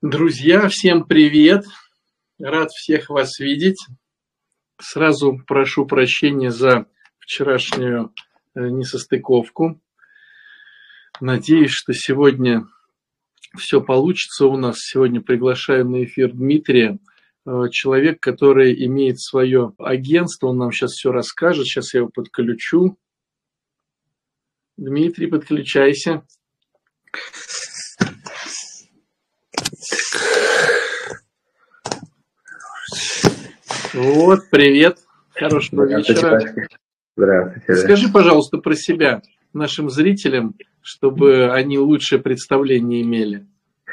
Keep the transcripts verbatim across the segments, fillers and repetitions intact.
Друзья, всем привет! Рад всех вас видеть. Сразу прошу прощения за вчерашнюю э, несостыковку. Надеюсь, что сегодня все получится у нас. Сегодня приглашаю на эфир Дмитрия, э, человек, который имеет свое агентство. Он нам сейчас все расскажет. Сейчас я его подключу. Дмитрий, подключайся. Вот, привет. Хорошего вечера. Здравствуйте. Скажи, пожалуйста, про себя нашим зрителям, чтобы они лучшее представление имели.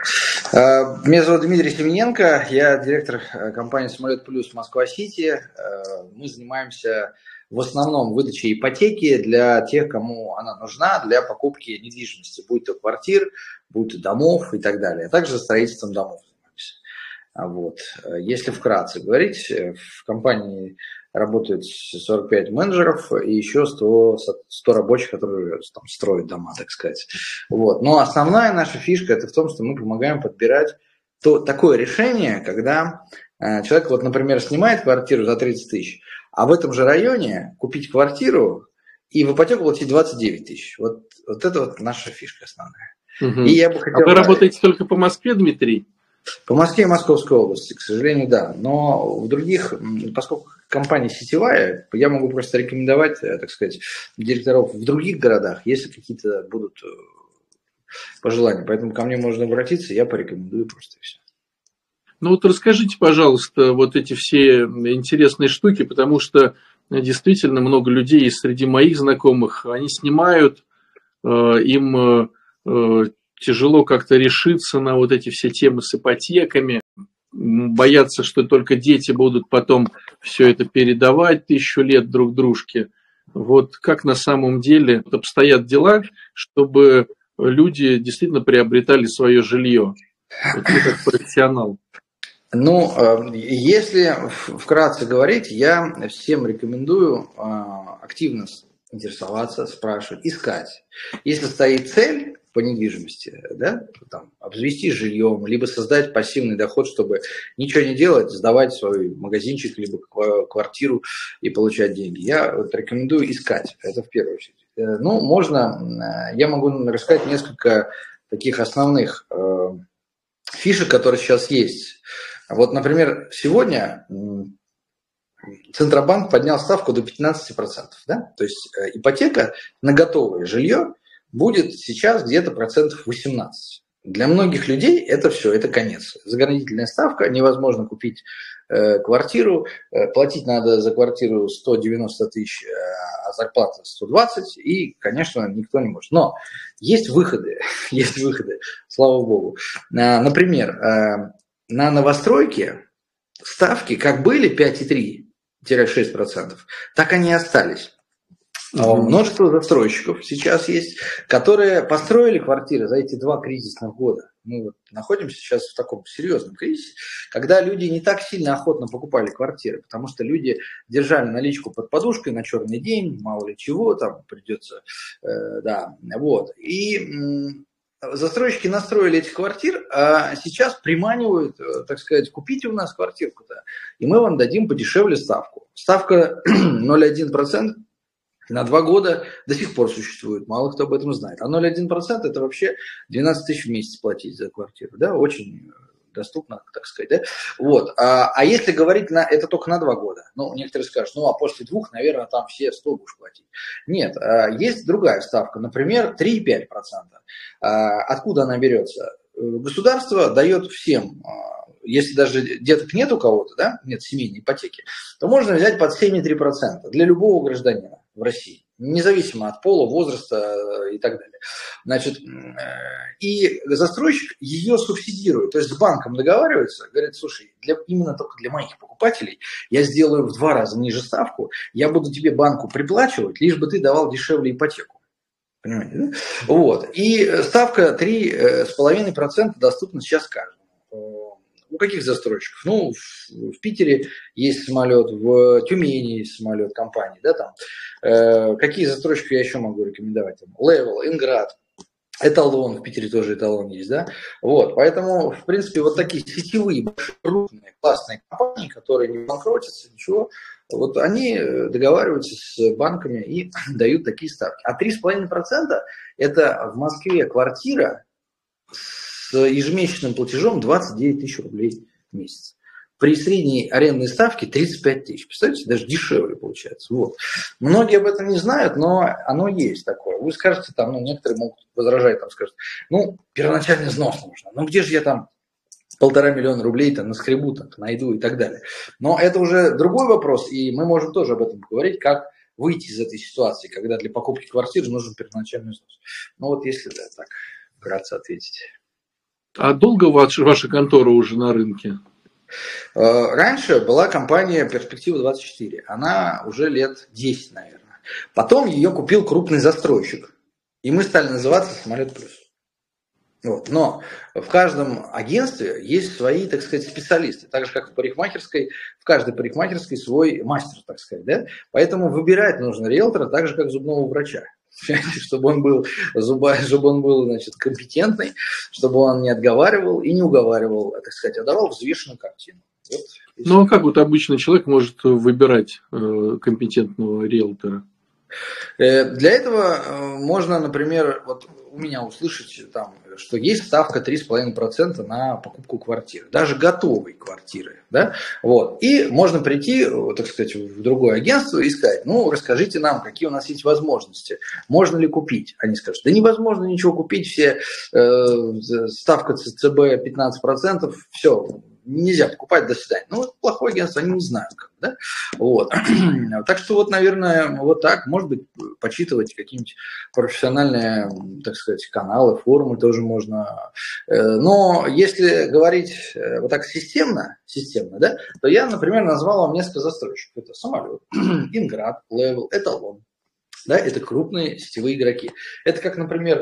Меня зовут Дмитрий Семененко, я директор компании «Самолет Плюс» Москва-Сити. Мы занимаемся в основном выдачей ипотеки для тех, кому она нужна, для покупки недвижимости, будь то квартир, будь то домов и так далее, а также строительством домов. Вот. Если вкратце говорить, в компании работает сорок пять менеджеров и еще сто, сто рабочих, которые там строят дома, так сказать. Вот. Но основная наша фишка это в том, что мы помогаем подбирать то, такое решение, когда э, человек, вот, например, снимает квартиру за тридцать тысяч, а в этом же районе купить квартиру и в ипотеку платить двадцать девять тысяч. Вот, вот это вот наша фишка основная. Угу. И я бы хотел... А вы работаете только по Москве, Дмитрий? По Москве и Московской области, к сожалению, да. Но в других, поскольку компания сетевая, я могу просто рекомендовать, так сказать, директоров в других городах, если какие-то будут пожелания. Поэтому ко мне можно обратиться, я порекомендую просто и все. Ну вот расскажите, пожалуйста, вот эти все интересные штуки, потому что действительно много людей есть среди моих знакомых, они снимают, им тяжело как-то решиться на вот эти все темы с ипотеками, боятся, что только дети будут потом все это передавать тысячу лет друг дружке. Вот как на самом деле обстоят дела, чтобы люди действительно приобретали свое жилье? Вот вы как профессионал. Ну, если вкратце говорить, я всем рекомендую активно интересоваться, спрашивать, искать. Если стоит цель по недвижимости, да, там, обзавестись жильем, либо создать пассивный доход, чтобы ничего не делать, сдавать свой магазинчик, либо квартиру и получать деньги, я вот рекомендую искать, это в первую очередь. Ну, можно, я могу рассказать несколько таких основных э, фишек, которые сейчас есть. Вот, например, сегодня Центробанк поднял ставку до пятнадцати процентов. Да? То есть э, ипотека на готовое жилье будет сейчас где-то процентов восемнадцать. Для многих людей это все, это конец. Заградительная ставка, невозможно купить э, квартиру, э, платить надо за квартиру сто девяносто тысяч, э, а зарплата сто двадцать, и, конечно, никто не может. Но есть выходы, есть выходы, слава богу. Э, например, э, на новостройке ставки как были пять и три шесть процентов, так они и остались. Mm-hmm. Множество застройщиков сейчас есть, которые построили квартиры за эти два кризисных года. Мы вот находимся сейчас в таком серьезном кризисе, когда люди не так сильно охотно покупали квартиры, потому что люди держали наличку под подушкой на черный день, мало ли чего там придется, э, да, вот. И м- застройщики настроили этих квартир, а сейчас приманивают, так сказать, купите у нас квартирку-то, и мы вам дадим подешевле ставку. Ставка ноль целых одна десятая процента на два года до сих пор существует, мало кто об этом знает. А ноль целых одна десятая процента это вообще двенадцать тысяч в месяц платить за квартиру, да, очень доступно, так сказать, да. Вот. А, а если говорить на это только на два года, ну, некоторые скажут, ну, а после двух, наверное, там все сто будешь платить. Нет, а, есть другая ставка, например, три целых пять десятых процента. А, откуда она берется? Государство дает всем, если даже деток нет у кого-то, да, нет семейной ипотеки, то можно взять под семь целых три десятых процента для любого гражданина в России, независимо от пола, возраста и так далее. Значит, и застройщик ее субсидирует, то есть с банком договаривается, говорит, слушай, для, именно только для моих покупателей я сделаю в два раза ниже ставку, я буду тебе банку приплачивать, лишь бы ты давал дешевле ипотеку. Понимаете, да? Вот. И ставка три целых пять десятых процента доступна сейчас каждому. У каких застройщиков? Ну, в, в Питере есть самолет, в Тюмени есть самолет компании, да, там. Э, какие застройщики я еще могу рекомендовать? Там, Level, Инград. Эталон, в Питере тоже эталон есть, да? Вот, поэтому, в принципе, вот такие сетевые, большие, крупные, классные компании, которые не банкротятся, ничего, вот они договариваются с банками и дают такие ставки. А три с половиной процента это в Москве квартира с ежемесячным платежом двадцать девять тысяч рублей в месяц. При средней арендной ставке тридцать пять тысяч. Представляете, даже дешевле получается. Вот. Многие об этом не знают, но оно есть такое. Вы скажете, там, ну, некоторые могут возражать, там, скажут, ну, первоначальный взнос нужно. Ну, где же я там полтора миллиона рублей там наскребу, там, найду и так далее. Но это уже другой вопрос, и мы можем тоже об этом поговорить, как выйти из этой ситуации, когда для покупки квартиры нужен первоначальный взнос. Ну, вот если, да, так вкратце ответить. А долго ваша контора уже на рынке? Раньше была компания «Перспектива двадцать четыре». Она уже лет десять, наверное. Потом ее купил крупный застройщик. И мы стали называться «Самолет Плюс». Вот. Но в каждом агентстве есть свои, так сказать, специалисты. Так же, как в парикмахерской, в каждой парикмахерской свой мастер, так сказать. Да? Поэтому выбирать нужно риэлтора так же, как зубного врача. Чтобы он был, чтобы он был, значит, компетентный, чтобы он не отговаривал и не уговаривал, так сказать, а давал взвешенную картину. Вот. Ну, а как вот обычный человек может выбирать компетентного риэлтора? Для этого можно, например, вот у меня услышать, там, что есть ставка три с половиной процента на покупку квартиры, даже готовой квартиры. Да? Вот. И можно прийти, так сказать, в другое агентство и сказать, ну, расскажите нам, какие у нас есть возможности, можно ли купить. Они скажут, да невозможно ничего купить, все э, ставка ЦБ пятнадцать процентов, все, нельзя покупать, до свидания. Ну, вот плохое агентство, они не знают, как, да? Вот. Так что вот, наверное, вот так, может быть, почитывать какие-нибудь профессиональные, так сказать, каналы, форумы тоже можно. Но если говорить вот так системно, системно, да, то я, например, назвал вам несколько застройщиков. Это «Самолет», «Инград», «Левел», «Эталон». Да, это крупные сетевые игроки. Это как, например,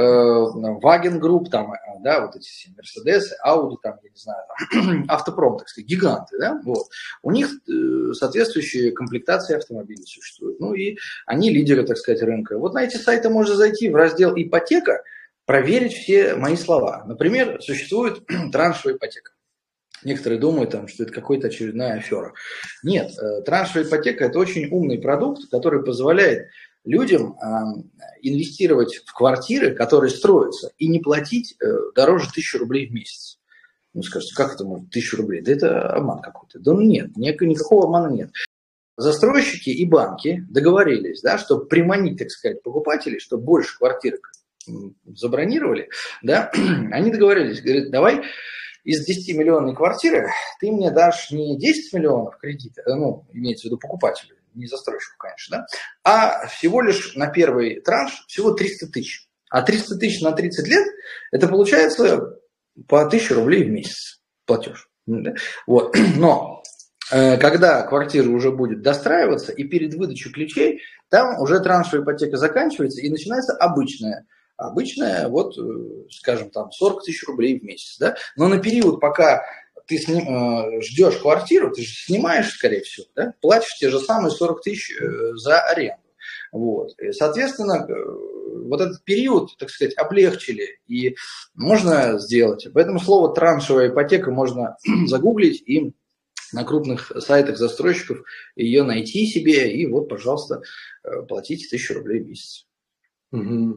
Wagen Group, там, да, вот эти все Мерседесы, Ауди, там, я не знаю, там, Автопром, так сказать, гиганты, да, вот. У них соответствующие комплектации автомобилей существуют. Ну и они лидеры, так сказать, рынка. Вот на эти сайты можно зайти в раздел «Ипотека», проверить все мои слова. Например, существует траншевая ипотека. Некоторые думают, там, что это какая-то очередная афера. Нет, траншевая ипотека – это очень умный продукт, который позволяет людям э, инвестировать в квартиры, которые строятся, и не платить э, дороже тысячи рублей в месяц. Ну, скажете, как это может тысячу рублей? Да это обман какой-то. Да нет, никакого обмана нет. Застройщики и банки договорились, да, чтобы приманить, так сказать, покупателей, чтобы больше квартир забронировали, да, они договорились, говорят, давай из десятимиллионной квартиры ты мне дашь не десять миллионов кредита, ну, имеется в виду покупателю, не застройщику, конечно, да, а всего лишь на первый транш всего триста тысяч. А триста тысяч на тридцать лет, это получается по тысяче рублей в месяц платеж. Вот. Но э, когда квартира уже будет достраиваться, и перед выдачей ключей, там уже траншевая ипотека заканчивается, и начинается обычная. Обычная, вот, скажем, там сорок тысяч рублей в месяц. Да? Но на период, пока ты сним, э, ждешь квартиру, ты же снимаешь, скорее всего, да? Платишь те же самые сорок тысяч э, за аренду. Вот. И, соответственно, э, вот этот период, так сказать, облегчили, и можно сделать. Поэтому слово «траншевая ипотека» можно загуглить и на крупных сайтах застройщиков ее найти себе, и вот, пожалуйста, платите тысячу рублей в месяц. Угу.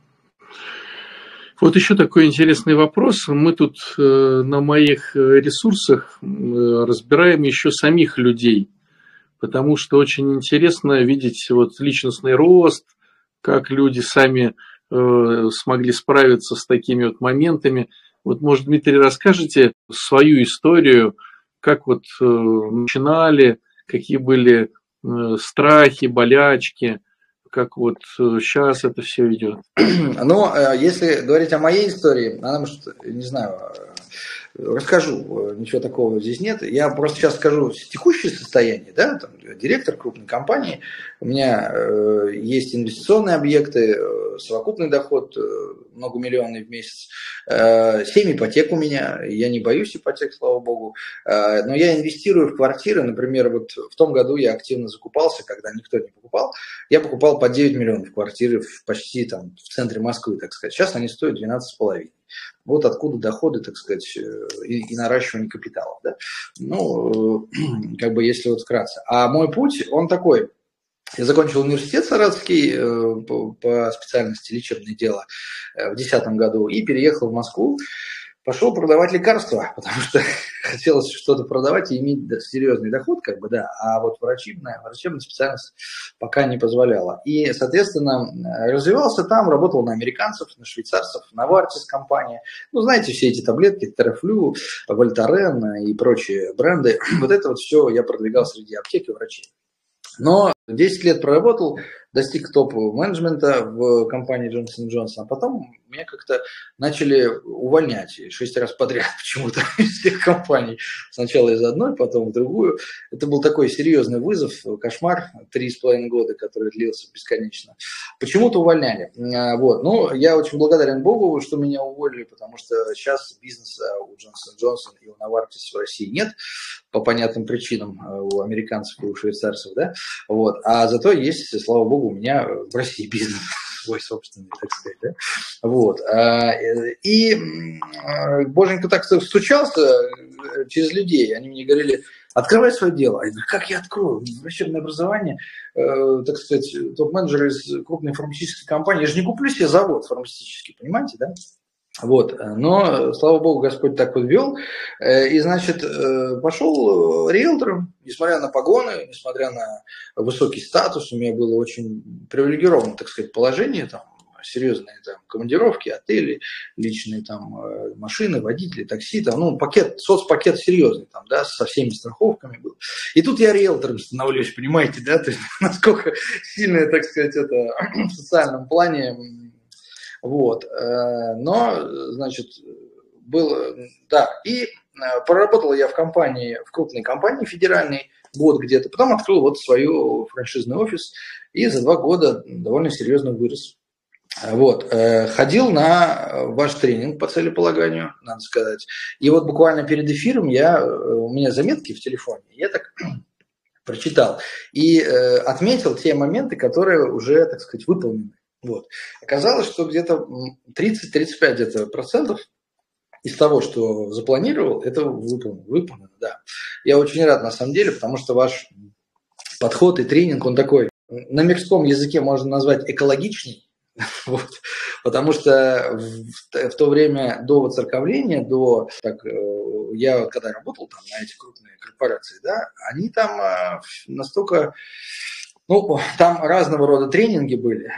Вот еще такой интересный вопрос. Мы тут э, на моих ресурсах э, разбираем еще самих людей, потому что очень интересно видеть вот личностный рост, как люди сами э, смогли справиться с такими вот моментами. Вот, может, Дмитрий, расскажете свою историю, как вот э, начинали, какие были э, страхи, болячки, как вот сейчас это все идет? Ну, если говорить о моей истории, она, может, не знаю, Расскажу, ничего такого здесь нет. Я просто сейчас скажу текущее состояние, да, там, директор крупной компании, у меня э, есть инвестиционные объекты, э, совокупный доход э, многомиллионный в месяц, э, семь ипотек у меня, я не боюсь ипотек, слава богу, э, но я инвестирую в квартиры, например, вот в том году я активно закупался, когда никто не покупал, я покупал по девять миллионов квартиры в, почти там в центре Москвы, так сказать, сейчас они стоят двенадцать с половиной. Вот откуда доходы, так сказать, и, и наращивание капиталов. Да? Ну, как бы если вот вкратце. А мой путь, он такой. Я закончил университет Саратовский по, по специальности лечебное дело в две тысячи десятом году и переехал в Москву. Пошел продавать лекарства, потому что хотелось что-то продавать и иметь серьезный доход, как бы, да, а вот врачебная, врачебная специальность пока не позволяла. И, соответственно, развивался там, работал на американцев, на швейцарцев, на Novartis компания. Ну, знаете, все эти таблетки, Терафлю, Вольтарен и прочие бренды, вот это вот все я продвигал среди аптек и врачей. Но десять лет проработал, достиг топ-менеджмента в компании Johnson энд Johnson, а потом меня как-то начали увольнять шесть раз подряд почему-то из всех компаний. Сначала из одной, потом в другую. Это был такой серьезный вызов, кошмар, три с половиной года, который длился бесконечно. Почему-то увольняли. Вот. Ну, я очень благодарен Богу, что меня уволили, потому что сейчас бизнеса у Johnson энд Johnson и у Novartis в России нет, по понятным причинам, у американцев и у швейцарцев, да, вот, а зато есть, слава богу, у меня в России бизнес свой собственный, так сказать, да, вот, и боженька так стучался через людей, они мне говорили, открывай свое дело, я говорю, как я открою, врачебное образование, так сказать, топ-менеджер из крупной фармацевтической компании, я же не куплю себе завод фармацевтический, понимаете, да? Вот, но, слава богу, Господь так вот вел, и, значит, пошел риэлтором, несмотря на погоны, несмотря на высокий статус, у меня было очень привилегированное, так сказать, положение, там, серьезные там командировки, отели, личные там машины, водители, такси, там, ну, пакет, соцпакет серьезный, там, да, со всеми страховками был. И тут я риэлтором становлюсь, понимаете, да, то есть насколько сильно, так сказать, это в социальном плане. Вот, но, значит, было, да, и проработал я в компании, в крупной компании федеральной год где-то, потом открыл вот свой франшизный офис и за два года довольно серьезно вырос. Вот, ходил на ваш тренинг по целеполаганию, надо сказать, и вот буквально перед эфиром я, у меня заметки в телефоне, я так прочитал и отметил те моменты, которые уже, так сказать, выполнены. Вот. Оказалось, что где-то тридцать-тридцать пять где-то процентов из того, что запланировал, это выполнено, выполнено, да. Я очень рад на самом деле, потому что ваш подход и тренинг, он такой, на мирском языке можно назвать экологичный, вот, потому что в, в то время до воцерковления, до, так, я когда работал там на эти крупные корпорации, да, они там настолько... Ну, там разного рода тренинги были,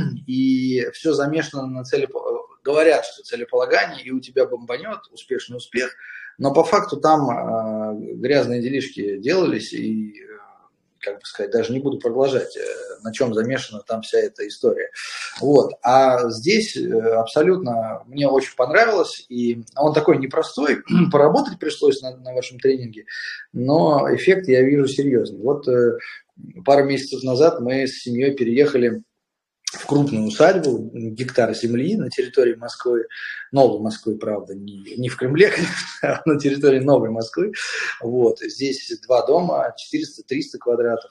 и все замешано на целеполагании. Говорят, что целеполагание, и у тебя бомбанет, успешный успех, но по факту там э, грязные делишки делались, и, э, как бы сказать, даже не буду продолжать, э, на чем замешана там вся эта история. Вот. А здесь э, абсолютно мне очень понравилось, и он такой непростой, поработать пришлось на, на вашем тренинге, но эффект я вижу серьезный. Вот э, пару месяцев назад мы с семьей переехали в крупную усадьбу, гектар земли на территории Москвы, Новой Москвы, правда, не, не в Кремле, а на территории Новой Москвы. Вот. Здесь два дома, четыреста-триста квадратов,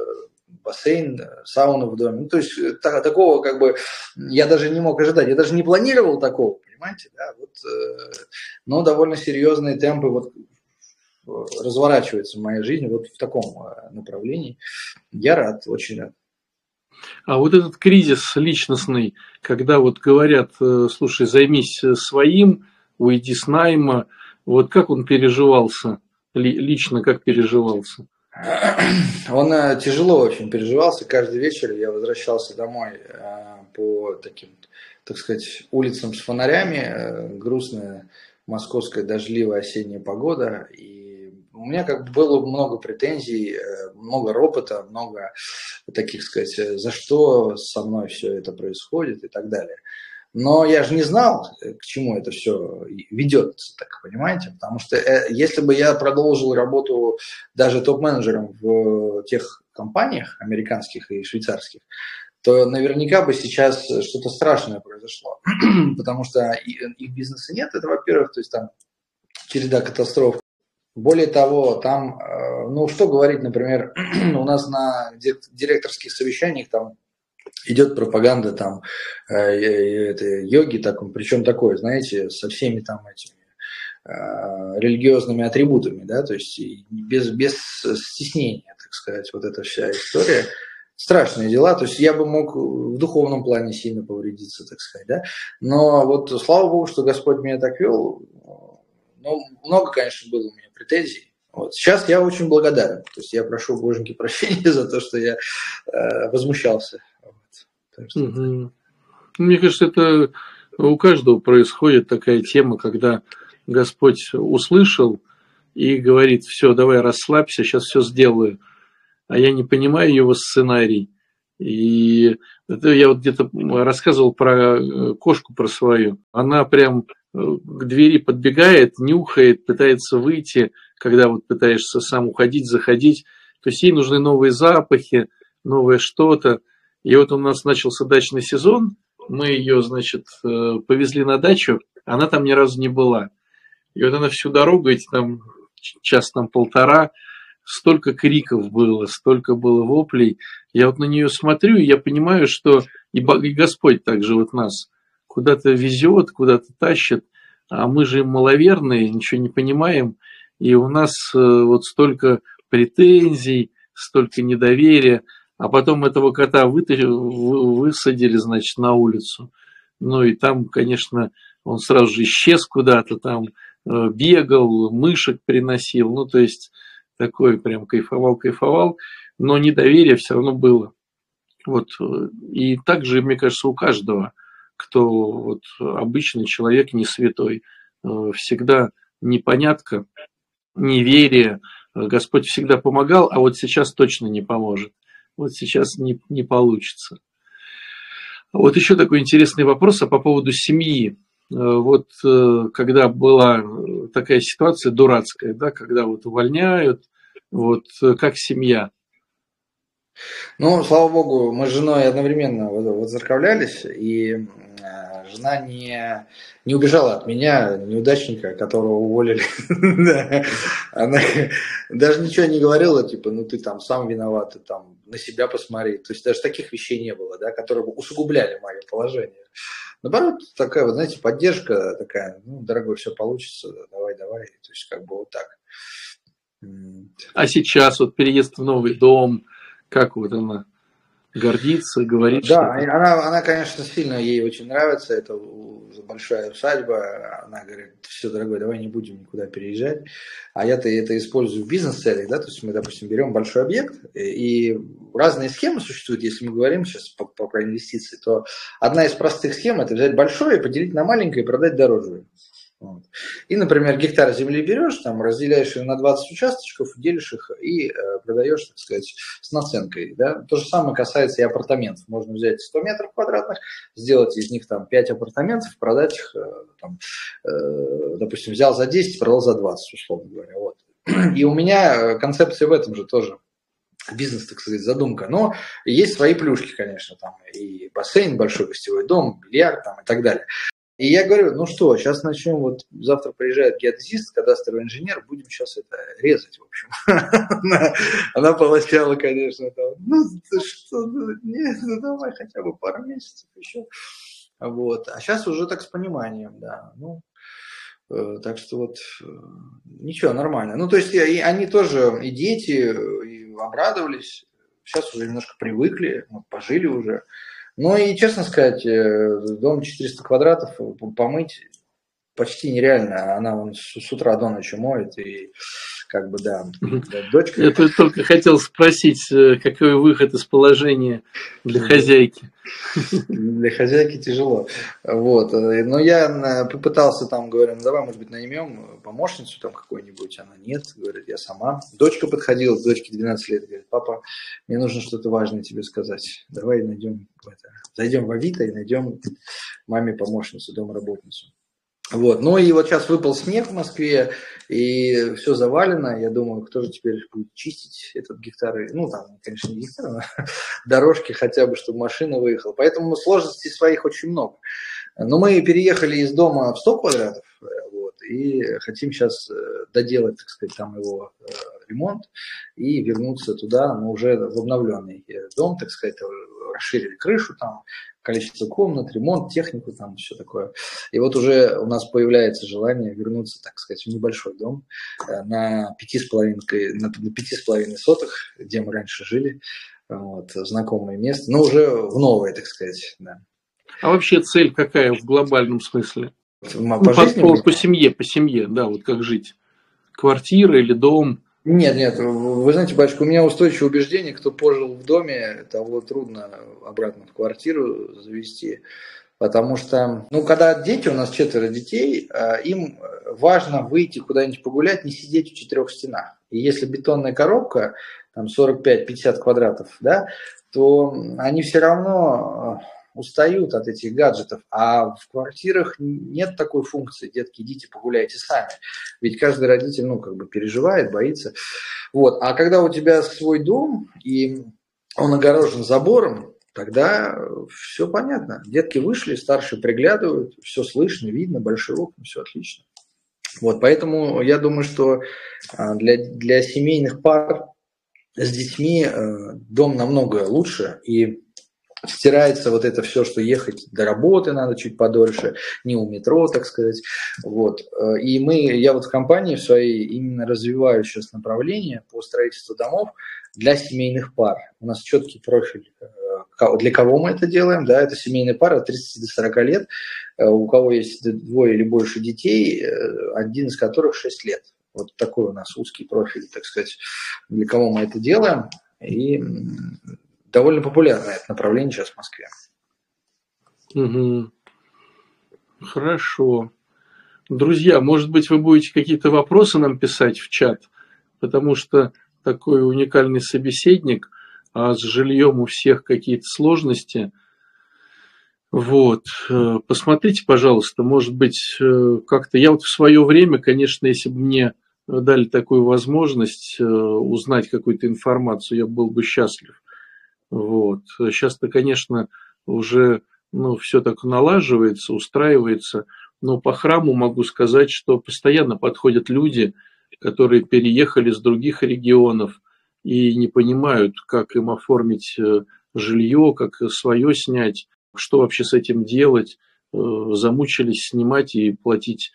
бассейн, сауна в доме. Ну, то есть так, такого как бы я даже не мог ожидать, я даже не планировал такого, понимаете, да, вот, но довольно серьезные темпы вот разворачивается в моей жизни вот в таком направлении. Я рад, очень рад. А вот этот кризис личностный, когда вот говорят, слушай, займись своим, уйди с найма, вот как он переживался, лично как переживался? Он тяжело очень переживался. Каждый вечер я возвращался домой по таким, так сказать, улицам с фонарями, грустная московская дождливая осенняя погода, и у меня как бы было много претензий, много ропота, много таких, сказать, за что со мной все это происходит и так далее. Но я же не знал, к чему это все ведет, так понимаете? Потому что если бы я продолжил работу даже топ-менеджером в тех компаниях американских и швейцарских, то наверняка бы сейчас что-то страшное произошло. Потому что их бизнеса нет, это во-первых, то есть там череда катастроф. Более того, там, ну что говорить, например, у нас на директорских совещаниях там идет пропаганда там э, э, йоги, так, причем такое, знаете, со всеми там этими э, религиозными атрибутами, да, то есть без, без стеснения, так сказать, вот эта вся история. Страшные дела, то есть я бы мог в духовном плане сильно повредиться, так сказать, да, но вот слава Богу, что Господь меня так вел, ну, много, конечно, было у меня претензий. Вот. Сейчас я очень благодарен, то есть я прошу Боженьки прощения за то, что я э, возмущался. Угу. Мне кажется, это у каждого происходит такая тема, когда Господь услышал и говорит: все, давай расслабься, сейчас все сделаю. А я не понимаю его сценарий. И это я вот где-то рассказывал про кошку, про свою. Она прям к двери подбегает, нюхает, пытается выйти, когда вот пытаешься сам уходить, заходить. То есть ей нужны новые запахи, новое что-то. И вот у нас начался дачный сезон, мы ее, значит, повезли на дачу, она там ни разу не была. И вот она всю дорогу, эти там час, там полтора, столько криков было, столько было воплей. Я вот на нее смотрю, и я понимаю, что и Господь также вот нас куда-то везет, куда-то тащит, а мы же маловерные, ничего не понимаем, и у нас вот столько претензий, столько недоверия. А потом этого кота высадили, значит, на улицу. Ну и там, конечно, он сразу же исчез куда-то, там бегал, мышек приносил. Ну, то есть такой прям кайфовал-кайфовал. Но недоверие все равно было. Вот. И также, мне кажется, у каждого, кто вот обычный человек, не святой, всегда непонятка, неверие. Господь всегда помогал, а вот сейчас точно не поможет. Вот сейчас не, не получится. Вот еще такой интересный вопрос а по поводу семьи. Вот когда была такая ситуация дурацкая, да, когда вот увольняют, вот как семья? Ну, слава богу, мы с женой одновременно воцерковлялись, и жена не, не убежала от меня, неудачника, которого уволили. Она даже ничего не говорила, типа, ну ты там сам виноват, ты там на себя посмотри. То есть даже таких вещей не было, да, которые бы усугубляли мое положение. Наоборот, такая, вот, знаете, поддержка такая, ну, дорогой, все получится, давай, давай. То есть как бы вот так. А сейчас вот переезд в новый дом, как вот она гордится, говорит, да, что... она, она, конечно, сильно ей очень нравится, это большая усадьба, она говорит: все, дорогой, давай не будем никуда переезжать, а я-то это использую в бизнес-целях, да, то есть мы, допустим, берем большой объект, и разные схемы существуют, если мы говорим сейчас по, по, про инвестиции, то одна из простых схем – это взять большое, поделить на маленькое и продать дороже. Вот. И, например, гектар земли берешь, там, разделяешь ее на двадцать участочков, делишь их и э, продаешь, так сказать, с наценкой. Да? То же самое касается и апартаментов. Можно взять сто метров квадратных, сделать из них там пять апартаментов, продать их, э, там, э, допустим, взял за десять, продал за двадцать, условно говоря. Вот. И у меня концепция в этом же тоже. Бизнес, так сказать, задумка. Но есть свои плюшки, конечно, там и бассейн, большой гостевой дом, бильярд там, и так далее. И я говорю: ну что, сейчас начнем, вот завтра приезжает геодезист, кадастровый инженер, будем сейчас это резать, в общем. она, она поначалу, конечно, там, ну ты что, ну, нет, ну давай хотя бы пару месяцев еще. Вот. А сейчас уже так с пониманием, да. Ну, э, так что вот э, ничего, нормально. Ну, то есть и, они тоже, и дети, и обрадовались, сейчас уже немножко привыкли, вот, пожили уже. Ну и, честно сказать, дом четыреста квадратов помыть почти нереально. Она вон с утра до ночи моет. И как бы, да, Мгм. да, дочка. Я тут только хотел спросить, э, какой выход из положения для Да. хозяйки. Для хозяйки тяжело. Вот. э, Но я э, попытался там, говорю, ну давай, может быть, наймем помощницу там какой-нибудь. Она нет, говорит, я сама. Дочка подходила, дочке двенадцать лет, говорит, папа, мне нужно что-то важное тебе сказать. Давай найдем, это, зайдем в Авито и найдем маме помощницу, домработницу. Вот. Ну и вот сейчас выпал снег в Москве, и все завалено. Я думаю, кто же теперь будет чистить этот гектар? Ну, там, конечно, не гектар, но дорожки хотя бы, чтобы машина выехала. Поэтому сложностей своих очень много. Но мы переехали из дома в сто квадратов, э, вот, и хотим сейчас э, доделать, так сказать, там его э, ремонт и вернуться туда, но уже в обновленный э, дом, так сказать, э, расширили крышу там, количество комнат, ремонт, технику там, все такое. И вот уже у нас появляется желание вернуться, так сказать, в небольшой дом э, на пяти с половиной, на пяти с половиной соток, где мы раньше жили, вот, знакомое место, но уже в новое, так сказать, да. А вообще цель какая в глобальном смысле? По Ну, по, жизни по, по семье, по семье, да, вот как жить. Квартира или дом? Нет, нет, вы знаете, батюшка, у меня устойчивое убеждение, кто пожил в доме, того трудно обратно в квартиру завести, потому что, ну, когда дети, у нас четверо детей, им важно выйти куда-нибудь погулять, не сидеть в четырех стенах. И если бетонная коробка, там сорок пять - пятьдесят квадратов, да, то они все равно устают от этих гаджетов, а в квартирах нет такой функции, детки, идите погуляйте сами, ведь каждый родитель, ну, как бы переживает, боится, вот, а когда у тебя свой дом, и он огорожен забором, тогда все понятно, детки вышли, старшие приглядывают, все слышно, видно, большие окна, все отлично, вот, поэтому я думаю, что для, для семейных пар с детьми дом намного лучше, и стирается вот это все, что ехать до работы надо чуть подольше, не у метро, так сказать. Вот. И мы, я вот в компании в своей именно развиваю сейчас направление по строительству домов для семейных пар. У нас четкий профиль, для кого мы это делаем, да, это семейная пара от тридцати до сорока лет, у кого есть двое или больше детей, один из которых шесть лет. Вот такой у нас узкий профиль, так сказать, для кого мы это делаем. И довольно популярное это направление сейчас в Москве. Угу. Хорошо. Друзья, может быть, вы будете какие-то вопросы нам писать в чат, потому что такой уникальный собеседник, а с жильем у всех какие-то сложности. Вот. Посмотрите, пожалуйста, может быть, как-то... Я вот в свое время, конечно, если бы мне дали такую возможность узнать какую-то информацию, я был бы счастлив. Вот. Сейчас-то, конечно, уже ну, все так налаживается, устраивается, но по храму могу сказать, что постоянно подходят люди, которые переехали с других регионов и не понимают, как им оформить жилье, как свое снять, что вообще с этим делать, замучились снимать и платить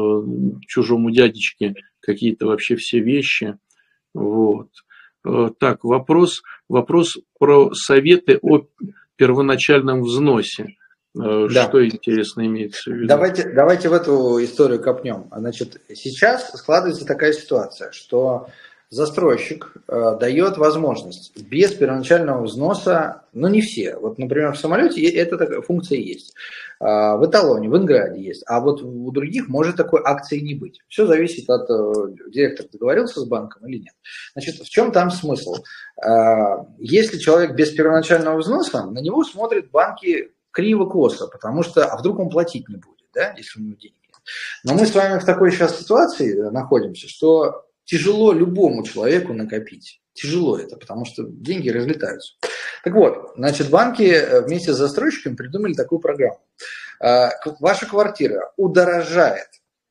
чужому дядечке какие-то вообще все вещи. Вот. Так, вопрос, вопрос про советы о первоначальном взносе. Да. Что интересно имеется в виду? Давайте, давайте в эту историю копнем. Значит, сейчас складывается такая ситуация, что застройщик э, дает возможность без первоначального взноса, ну не все. Вот, например, в самолете эта такая функция есть. Э, в Эталоне, в Инграде есть. А вот у других может такой акции не быть. Все зависит от э, директора, договорился с банком или нет. Значит, в чем там смысл? Э, если человек без первоначального взноса, на него смотрят банки криво-косо, потому что, а вдруг он платить не будет, да, если у него денег нет. Но мы с вами в такой сейчас ситуации находимся, что тяжело любому человеку накопить. Тяжело это, потому что деньги разлетаются. Так вот, значит, банки вместе с застройщиками придумали такую программу. Ваша квартира удорожает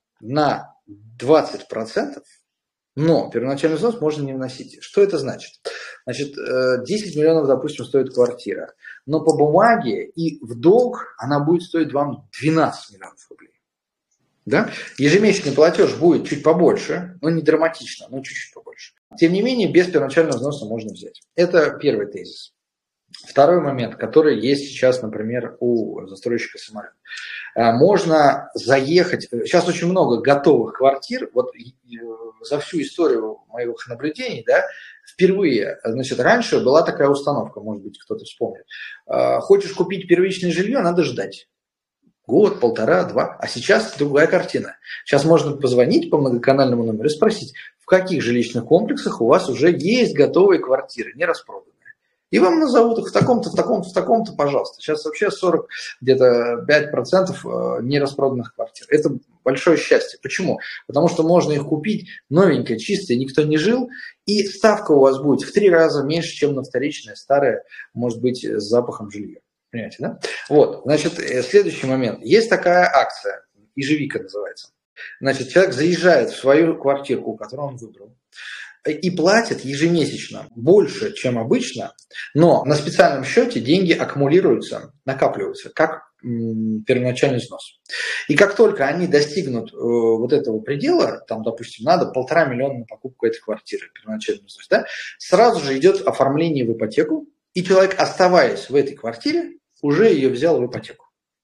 на двадцать процентов, но первоначальный взнос можно не вносить. Что это значит? Значит, десять миллионов, допустим, стоит квартира, но по бумаге и в долг она будет стоить вам двенадцать миллионов рублей. Да? Ежемесячный платеж будет чуть побольше, но не драматично, но чуть-чуть побольше. Тем не менее, без первоначального взноса можно взять. Это первый тезис. Второй момент, который есть сейчас, например, у застройщика самолета. Можно заехать, сейчас очень много готовых квартир, вот за всю историю моих наблюдений, да, впервые, значит, раньше была такая установка, может быть, кто-то вспомнит. Хочешь купить первичное жилье, надо ждать. Год, полтора, два. А сейчас другая картина. Сейчас можно позвонить по многоканальному номеру и спросить, в каких жилищных комплексах у вас уже есть готовые квартиры, не распроданные. И вам назовут их в таком-то, в таком-то, в таком-то, пожалуйста. Сейчас вообще сорок, где-то пять процентов нераспроданных квартир. Это большое счастье. Почему? Потому что можно их купить новенькое, чистое, никто не жил, и ставка у вас будет в три раза меньше, чем на вторичное, старое, может быть, с запахом жилья. Понимаете, да? Вот, значит, следующий момент. Есть такая акция, ежевика называется. Значит, человек заезжает в свою квартирку, которую он выбрал, и платит ежемесячно больше, чем обычно, но на специальном счете деньги аккумулируются, накапливаются, как м, первоначальный взнос. И как только они достигнут э, вот этого предела, там, допустим, надо полтора миллиона на покупку этой квартиры, первоначальный взнос, да, сразу же идет оформление в ипотеку, и человек, оставаясь в этой квартире, уже ее взял в ипотеку.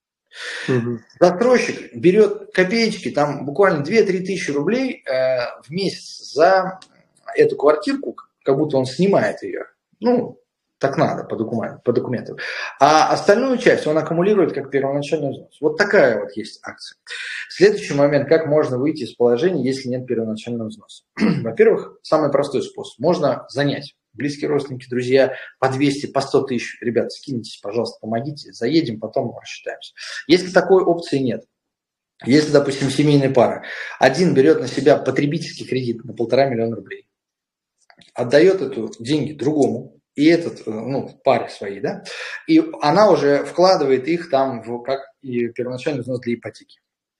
Угу. Застройщик берет копеечки, там буквально две-три тысячи рублей э, в месяц за эту квартирку, как будто он снимает ее. Ну, так надо по документам, по документам. А остальную часть он аккумулирует как первоначальный взнос. Вот такая вот есть акция. Следующий момент, как можно выйти из положения, если нет первоначального взноса. Во-первых, самый простой способ. Можно занять. Близкие родственники, друзья, по двести, по сто тысяч. Ребят, скиньтесь, пожалуйста, помогите, заедем, потом рассчитаемся. Если такой опции нет, если, допустим, семейная пара, один берет на себя потребительский кредит на полтора миллиона рублей, отдает эту деньги другому, и этот, ну, в паре своей, да, и она уже вкладывает их там в, как и первоначальный взнос для ипотеки.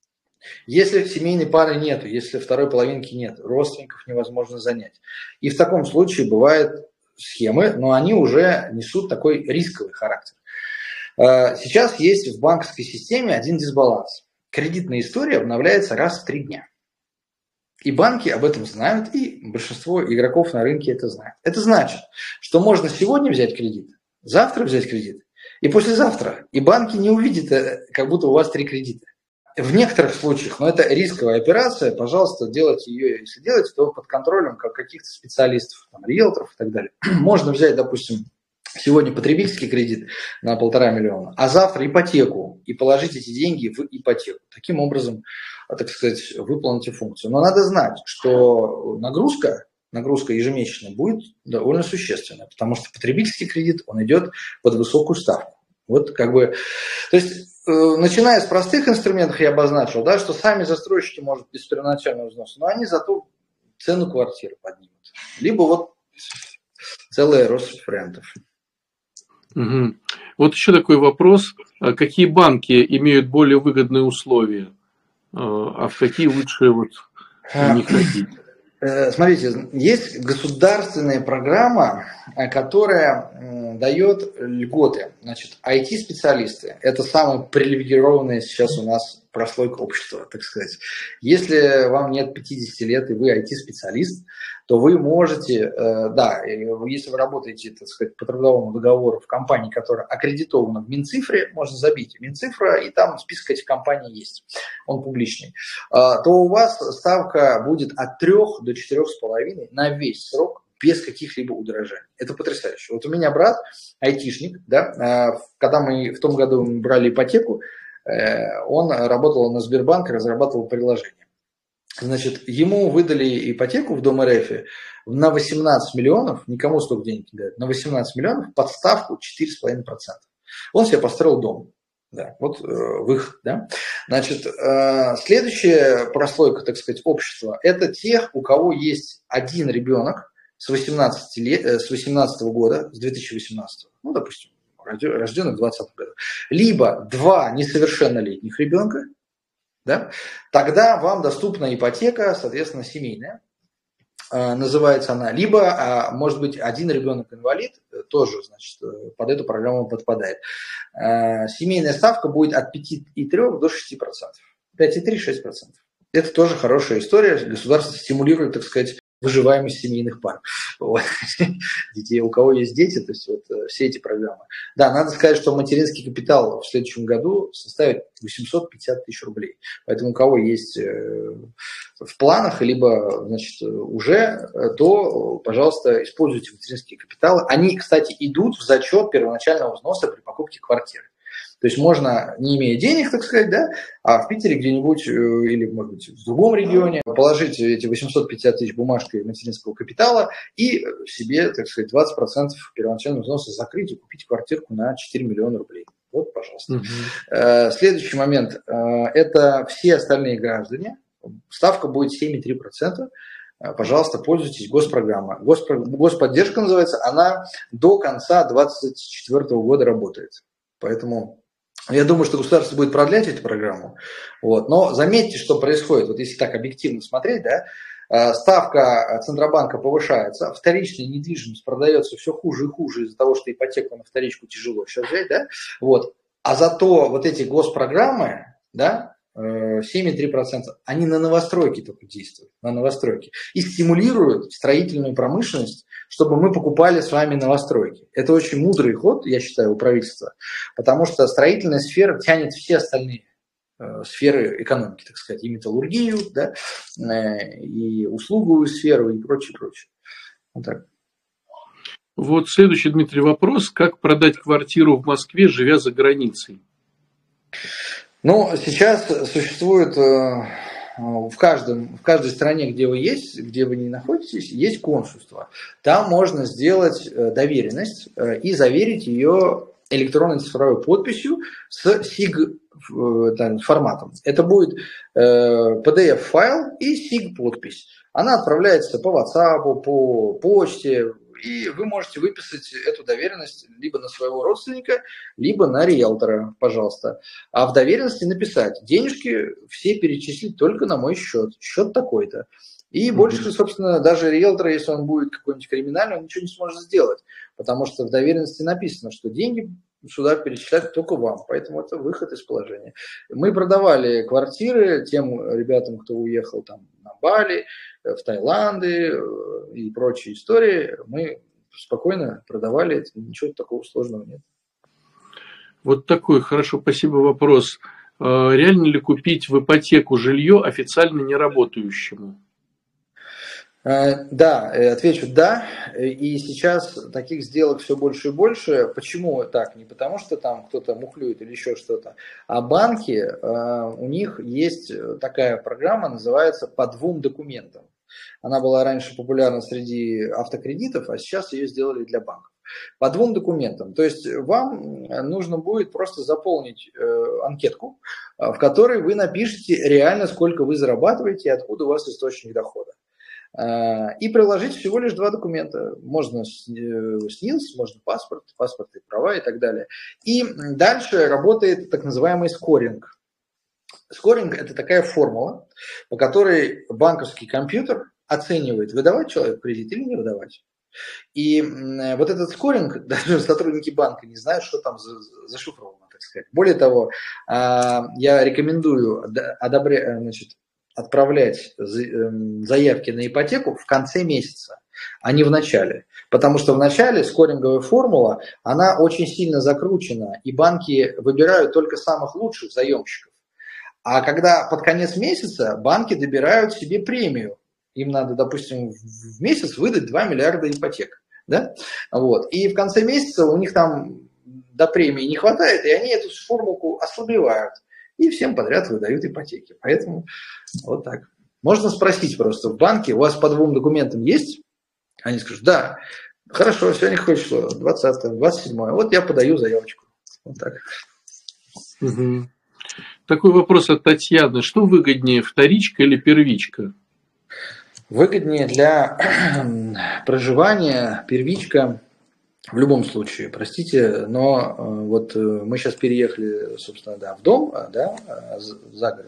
Если семейной пары нету, если второй половинки нет, родственников невозможно занять. И в таком случае бывают схемы, но они уже несут такой рисковый характер. Сейчас есть в банковской системе один дисбаланс. Кредитная история обновляется раз в три дня. И банки об этом знают, и большинство игроков на рынке это знают. Это значит, что можно сегодня взять кредит, завтра взять кредит, и послезавтра. И банки не увидят, как будто у вас три кредита. В некоторых случаях, но это рисковая операция, пожалуйста, делайте ее, если делаете, то под контролем как каких-то специалистов, там, риэлторов и так далее. Можно взять, допустим, сегодня потребительский кредит на полтора миллиона, а завтра ипотеку и положить эти деньги в ипотеку. Таким образом, так сказать, выполните функцию. Но надо знать, что нагрузка, нагрузка ежемесячная будет довольно существенная, потому что потребительский кредит, он идет под высокую ставку. Вот как бы, то есть, э, начиная с простых инструментов, я обозначил, да, что сами застройщики, может, без первоначального взноса, но они зато цену квартиры поднимут. Либо вот целая россыпь вариантов. Угу. Вот еще такой вопрос. Какие банки имеют более выгодные условия, а в какие лучше вот не ходить? Смотрите, есть государственная программа, которая дает льготы. Значит, ай ти-специалисты – это самая привилегированная сейчас у нас прослойка общества, так сказать. Если вам нет пятидесяти лет и вы ай ти-специалист, то вы можете, да, если вы работаете, так сказать, по трудовому договору в компании, которая аккредитована в Минцифре, можно забить Минцифра, и там список этих компаний есть, он публичный, то у вас ставка будет от трёх до четырёх с половиной на весь срок без каких-либо удорожаний. Это потрясающе. Вот у меня брат, айтишник, да, когда мы в том году брали ипотеку, он работал на Сбербанке, разрабатывал приложение. Значит, ему выдали ипотеку в Дом РФ на восемнадцать миллионов, никому столько денег не дают, на восемнадцать миллионов под ставку четыре с половиной процента. Он себе построил дом. Да, вот э, выход. Да? Значит, э, следующая прослойка, так сказать, общества, это тех, у кого есть один ребенок с, восемнадцати лет, э, с восемнадцатого года, с две тысячи восемнадцатого, ну, допустим, рожденный в двадцатом году, либо два несовершеннолетних ребенка, да, тогда вам доступна ипотека, соответственно, семейная, э, называется она, либо, э, может быть, один ребенок инвалид, э, тоже, значит, под эту программу подпадает. Э, семейная ставка будет от пяти целых трёх десятых до шести процентов. пять целых три - шесть процентов. Это тоже хорошая история, государство стимулирует, так сказать, выживаемость семейных пар. Вот. Детей, у кого есть дети, то есть вот все эти программы. Да, надо сказать, что материнский капитал в следующем году составит восемьсот пятьдесят тысяч рублей. Поэтому у кого есть в планах, либо, значит, уже, то, пожалуйста, используйте материнские капиталы. Они, кстати, идут в зачет первоначального взноса при покупке квартиры. То есть можно, не имея денег, так сказать, да, а в Питере где-нибудь или, может быть, в другом регионе положить эти восемьсот пятьдесят тысяч бумажкой материнского капитала и себе, так сказать, двадцать процентов первоначального взноса закрыть и купить квартирку на четыре миллиона рублей. Вот, пожалуйста. Угу. Следующий момент – это все остальные граждане. Ставка будет семь и три десятых процента. Пожалуйста, пользуйтесь госпрограммой. Госпро... Господдержка называется, она до конца две тысячи двадцать четвёртого года работает. Поэтому я думаю, что государство будет продлять эту программу. Вот. Но заметьте, что происходит. Вот если так объективно смотреть, да, ставка Центробанка повышается, вторичная недвижимость продается все хуже и хуже из-за того, что ипотеку на вторичку тяжело сейчас взять. Да? Вот. А зато вот эти госпрограммы, да, семь и три десятых процента, они на новостройки только действуют, на новостройки. И стимулируют строительную промышленность, чтобы мы покупали с вами новостройки. Это очень мудрый ход, я считаю, у правительства, потому что строительная сфера тянет все остальные э, сферы экономики, так сказать, и металлургию, да, э, и услуговую сферу, и прочее, прочее. Вот так. Вот следующий, Дмитрий, вопрос. Как продать квартиру в Москве, живя за границей? Ну, сейчас существует э, в, каждом, в каждой стране, где вы есть, где вы не находитесь, есть консульство. Там можно сделать э, доверенность э, и заверить ее электронной цифровой подписью с сиг э, форматом. Это будет э, пи ди эф-файл и сиг-подпись. Она отправляется по WhatsApp, по почте, и вы можете выписать эту доверенность либо на своего родственника, либо на риэлтора, пожалуйста. А в доверенности написать: денежки все перечислить только на мой счет, счет такой-то. И mm-hmm. больше, собственно, даже риэлтор, если он будет какой-нибудь криминальный, он ничего не сможет сделать, потому что в доверенности написано, что деньги сюда перечислять только вам, поэтому это выход из положения. Мы продавали квартиры тем ребятам, кто уехал там на Бали, в Таиланды и прочие истории, мы спокойно продавали, ничего такого сложного нет. Вот такой, хорошо, спасибо, вопрос. Реально ли купить в ипотеку жилье официально неработающему? Да, отвечу да, и сейчас таких сделок все больше и больше. Почему так? Не потому что там кто-то мухлюет или еще что-то, а банки, у них есть такая программа, называется «по двум документам». Она была раньше популярна среди автокредитов, а сейчас ее сделали для банков. По двум документам. То есть вам нужно будет просто заполнить анкетку, в которой вы напишете реально, сколько вы зарабатываете и откуда у вас источник дохода. И приложить всего лишь два документа. Можно СНИЛС, можно паспорт, паспортные права и так далее. И дальше работает так называемый скоринг. Скоринг – это такая формула, по которой банковский компьютер оценивает, выдавать человеку кредит или не выдавать. И вот этот скоринг, даже сотрудники банка не знают, что там зашифровано, так сказать. Более того, я рекомендую одобрять, значит, отправлять заявки на ипотеку в конце месяца, а не в начале. Потому что в начале скоринговая формула, она очень сильно закручена, и банки выбирают только самых лучших заемщиков. А когда под конец месяца банки добирают себе премию, им надо, допустим, в месяц выдать два миллиарда ипотек. Да? Вот. И в конце месяца у них там до премии не хватает, и они эту формулку ослабевают. И всем подряд выдают ипотеки. Поэтому вот так. Можно спросить просто в банке: у вас по двум документам есть? Они скажут: да. Хорошо, сегодня какое число? двадцатое, двадцать седьмое. Вот я подаю заявочку. Вот так. Угу. Такой вопрос от Татьяны. Что выгоднее, вторичка или первичка? Выгоднее для проживания первичка в любом случае, простите, но вот мы сейчас переехали, собственно, да, в дом, да, за город.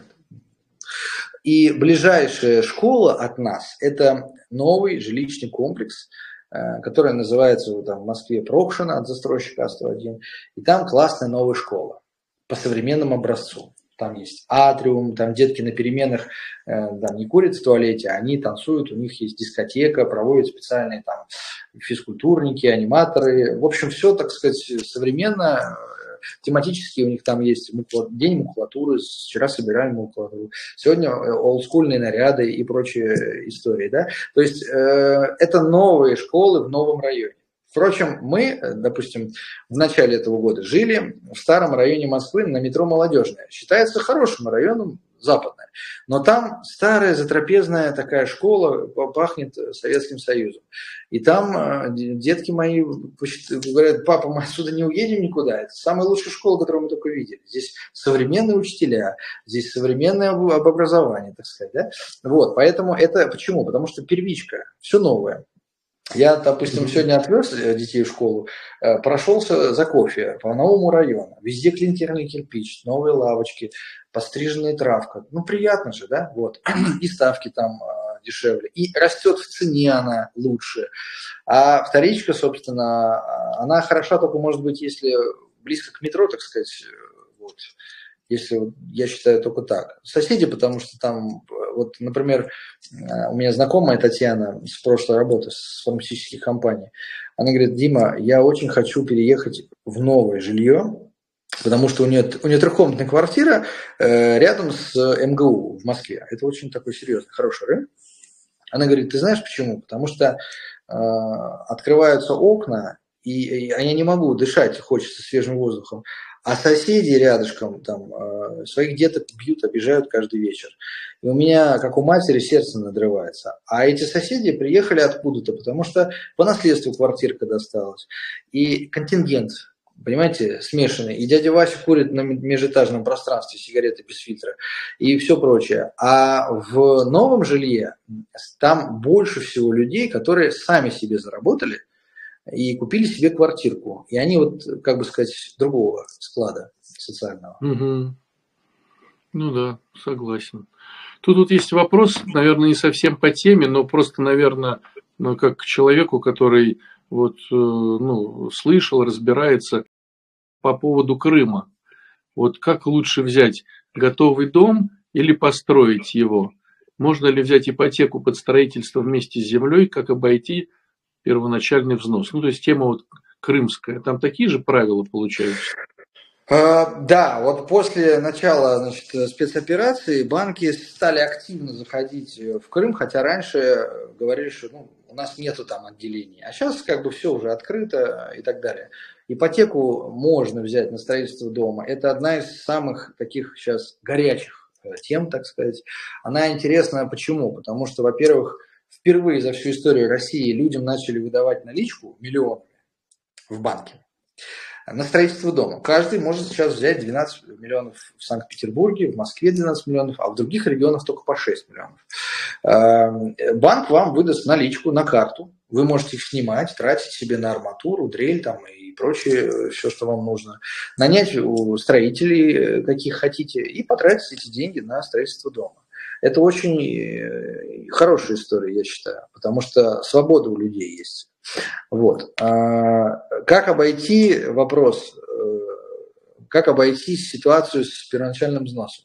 И ближайшая школа от нас – это новый жилищный комплекс, который называется там, в Москве Прокшина от застройщика А сто один. И там классная новая школа по современному образцу. там есть атриум, там детки на переменах там не курят в туалете, они танцуют, у них есть дискотека, проводят специальные там физкультурники, аниматоры. В общем, все, так сказать, современно. Тематически у них там есть день макулатуры, вчера собирали макулатуру, сегодня олдскульные наряды и прочие истории. Да? То есть э, это новые школы в новом районе. Впрочем, мы, допустим, в начале этого года жили в старом районе Москвы на метро Молодежное. Считается хорошим районом, западное. Но там старая затрапезная такая школа, пахнет Советским Союзом. И там детки мои говорят: папа, мы отсюда не уедем никуда. Это самая лучшая школа, которую мы только видели. Здесь современные учителя, здесь современное образование, так сказать. Да? Вот, поэтому это почему? Потому что первичка, все новое. Я, допустим, сегодня отвез детей в школу, прошелся за кофе по новому району. Везде клинкерный кирпич, новые лавочки, постриженная травка. Ну, приятно же, да? Вот. И ставки там дешевле. И растет в цене она лучше. А вторичка, собственно, она хороша только, может быть, если близко к метро, так сказать, вот. Если я считаю только так. Соседи, потому что там, вот, например, у меня знакомая Татьяна с прошлой работы, с фармацевтических компаний, она говорит: Дима, я очень хочу переехать в новое жилье, потому что у нее, у нее трехкомнатная квартира э, рядом с эм гэ у в Москве. Это очень такой серьезный, хороший рынок. Она говорит: ты знаешь почему? Потому что э, открываются окна, и, и я не могу дышать, хочется свежим воздухом. А соседи рядышком там своих деток бьют, обижают каждый вечер. И у меня, как у матери, сердце надрывается. А эти соседи приехали откуда-то, потому что по наследству квартирка досталась. И контингент, понимаете, смешанный. И дядя Вася курит на межэтажном пространстве сигареты без фильтра и все прочее. А в новом жилье там больше всего людей, которые сами себе заработали и купили себе квартирку. И они вот, как бы сказать, другого склада социального. Угу. Ну да, согласен. Тут вот есть вопрос, наверное, не совсем по теме, но просто, наверное, ну, как к человеку, который вот, ну, слышал, разбирается по поводу Крыма. Вот как лучше взять готовый дом или построить его? Можно ли взять ипотеку под строительство вместе с землей, как обойти первоначальный взнос? Ну, то есть тема вот крымская. Там такие же правила получаются? Uh, да, вот после начала, значит, спецоперации банки стали активно заходить в Крым, хотя раньше говорили, что ну, у нас нету там отделений. А сейчас как бы все уже открыто и так далее. Ипотеку можно взять на строительство дома. Это одна из самых таких сейчас горячих тем, так сказать. Она интересна почему? Потому что, во-первых, впервые за всю историю России людям начали выдавать наличку миллионами в банке на строительство дома. Каждый может сейчас взять двенадцать миллионов в Санкт-Петербурге, в Москве двенадцать миллионов, а в других регионах только по шесть миллионов. Банк вам выдаст наличку на карту. Вы можете их снимать, тратить себе на арматуру, дрель там и прочее, все, что вам нужно. Нанять у строителей, каких хотите, и потратить эти деньги на строительство дома. Это очень хорошая история, я считаю, потому что свобода у людей есть. Вот. Как обойти вопрос, как обойти ситуацию с первоначальным взносом?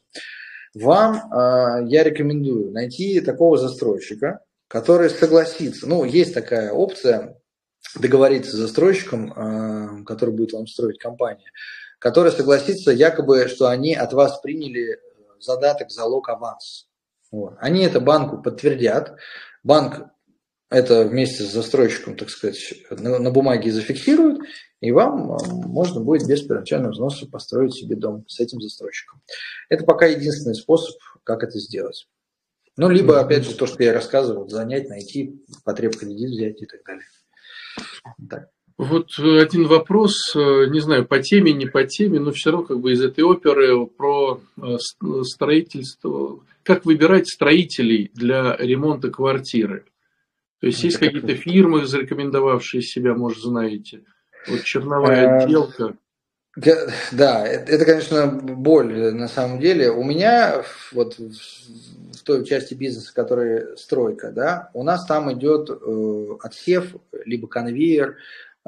Вам я рекомендую найти такого застройщика, который согласится. Ну, есть такая опция договориться с застройщиком, который будет вам строить компания, который согласится якобы, что они от вас приняли задаток, залог, аванс. Вот. Они это банку подтвердят. Банк это вместе с застройщиком, так сказать, на, на бумаге зафиксируют, и вам можно будет без первоначального взноса построить себе дом с этим застройщиком. Это пока единственный способ, как это сделать. Ну, либо, опять же, то, что я рассказывал, занять, найти, потребкредит взять и так далее. Так. Вот один вопрос, не знаю, по теме, не по теме, но все равно как бы из этой оперы про строительство. Как выбирать строителей для ремонта квартиры? То есть есть какие-то фирмы, зарекомендовавшие себя, может, знаете? Вот черновая отделка. Да, это, конечно, боль на самом деле. У меня вот в той части бизнеса, которая стройка, да, у нас там идет отсев, либо конвейер.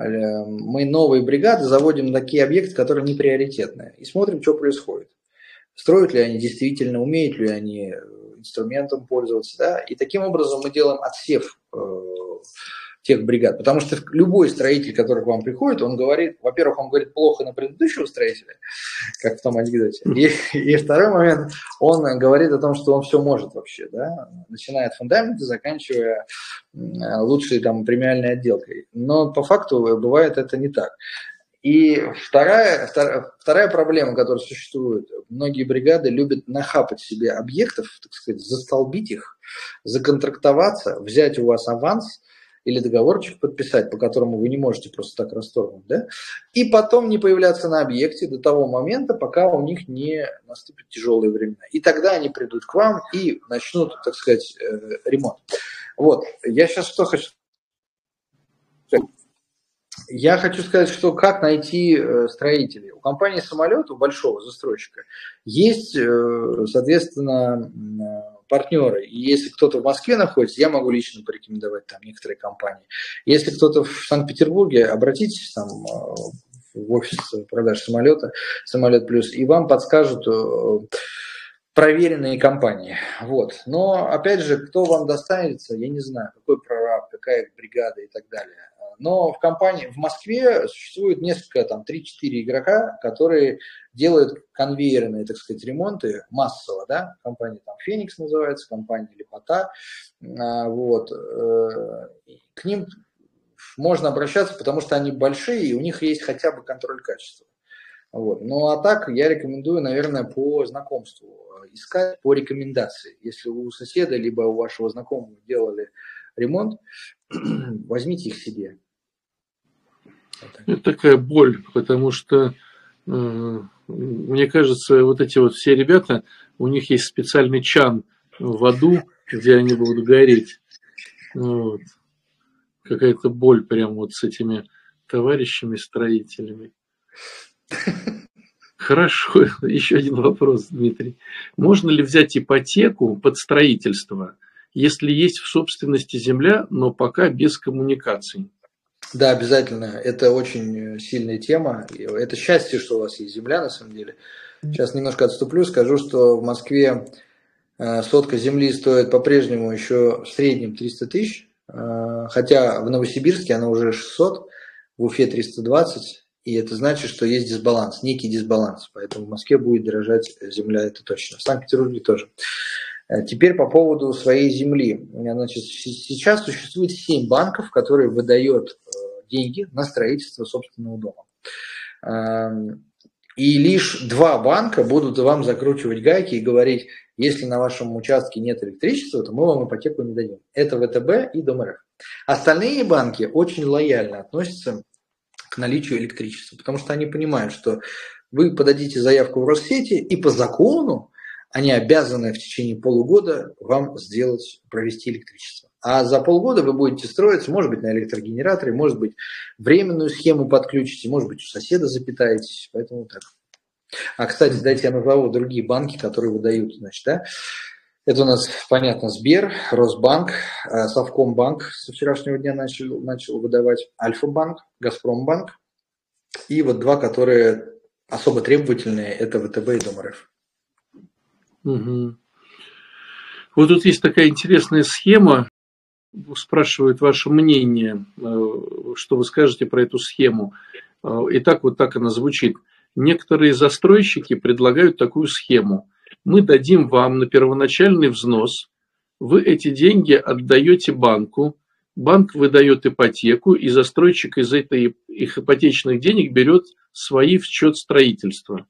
Мы новые бригады заводим на такие объекты, которые не приоритетные, и смотрим, что происходит. строят ли они действительно, умеют ли они инструментом пользоваться, да, и таким образом мы делаем отсев э, тех бригад, потому что любой строитель, который к вам приходит, он говорит, во-первых, он говорит плохо на предыдущего строителя, как в том анекдоте, и, и второй момент, он говорит о том, что он все может вообще, да, начиная от фундамента, заканчивая лучшей там премиальной отделкой, но по факту бывает это не так. И вторая, вторая, вторая проблема, которая существует, многие бригады любят нахапать себе объектов, так сказать, застолбить их, законтрактоваться, взять у вас аванс или договорчик подписать, по которому вы не можете просто так расторгнуть, да, и потом не появляться на объекте до того момента, пока у них не наступят тяжелые времена. И тогда они придут к вам и начнут, так сказать, ремонт. Вот, я сейчас что хочу сказать. Я хочу сказать, что как найти строителей. У компании «Самолет», у большого застройщика, есть, соответственно, партнеры. И если кто-то в Москве находится, я могу лично порекомендовать там некоторые компании. Если кто-то в Санкт-Петербурге, обратитесь там в офис продаж «Самолета», «Самолет Плюс», и вам подскажут проверенные компании. Вот. Но, опять же, кто вам достанется, я не знаю, какой прораб, какая бригада и так далее. Но в компании, в Москве существует несколько, там, три-четыре игрока, которые делают конвейерные, так сказать, ремонты массово, да, компания там «Феникс» называется, компания «Лепота», вот, к ним можно обращаться, потому что они большие, и у них есть хотя бы контроль качества. Вот. Ну, а так я рекомендую, наверное, по знакомству искать, по рекомендации. Если у соседа, либо у вашего знакомого делали ремонт, возьмите их себе. Это такая боль, потому что, э, мне кажется, вот эти вот все ребята, у них есть специальный чан в аду, где они будут гореть. Вот. Какая-то боль прям вот с этими товарищами-строителями. Хорошо, еще один вопрос, Дмитрий. Можно ли взять ипотеку под строительство, если есть в собственности земля, но пока без коммуникаций? Да, обязательно. Это очень сильная тема. Это счастье, что у вас есть земля, на самом деле. Сейчас немножко отступлю, скажу, что в Москве сотка земли стоит по-прежнему еще в среднем триста тысяч, хотя в Новосибирске она уже шестьсот, в Уфе триста двадцать, и это значит, что есть дисбаланс, некий дисбаланс. Поэтому в Москве будет дорожать земля, это точно. В Санкт-Петербурге тоже. Теперь по поводу своей земли. Значит, сейчас существует семь банков, которые выдают деньги на строительство собственного дома. И лишь два банка будут вам закручивать гайки и говорить, если на вашем участке нет электричества, то мы вам ипотеку не дадим. Это ВТБ и Дом.РФ. Остальные банки очень лояльно относятся к наличию электричества, потому что они понимают, что вы подадите заявку в Россети, и по закону они обязаны в течение полугода вам сделать, провести электричество. А за полгода вы будете строиться, может быть, на электрогенераторе, может быть, временную схему подключите, может быть, у соседа запитаетесь. Поэтому так. А, кстати, дайте я назову другие банки, которые выдают. Значит, да? Это у нас, понятно, Сбер, Росбанк, Совкомбанк со вчерашнего дня начал, начал выдавать, Альфа-банк, Газпромбанк. И вот два, которые особо требовательные, это ВТБ и Дом.РФ. Угу. Вот тут есть такая интересная схема. Спрашивают ваше мнение, что вы скажете про эту схему. Итак, вот так она звучит. Некоторые застройщики предлагают такую схему. Мы дадим вам на первоначальный взнос, вы эти деньги отдаете банку, банк выдает ипотеку, и застройщик из этой, их ипотечных денег берет свои в счет строительства.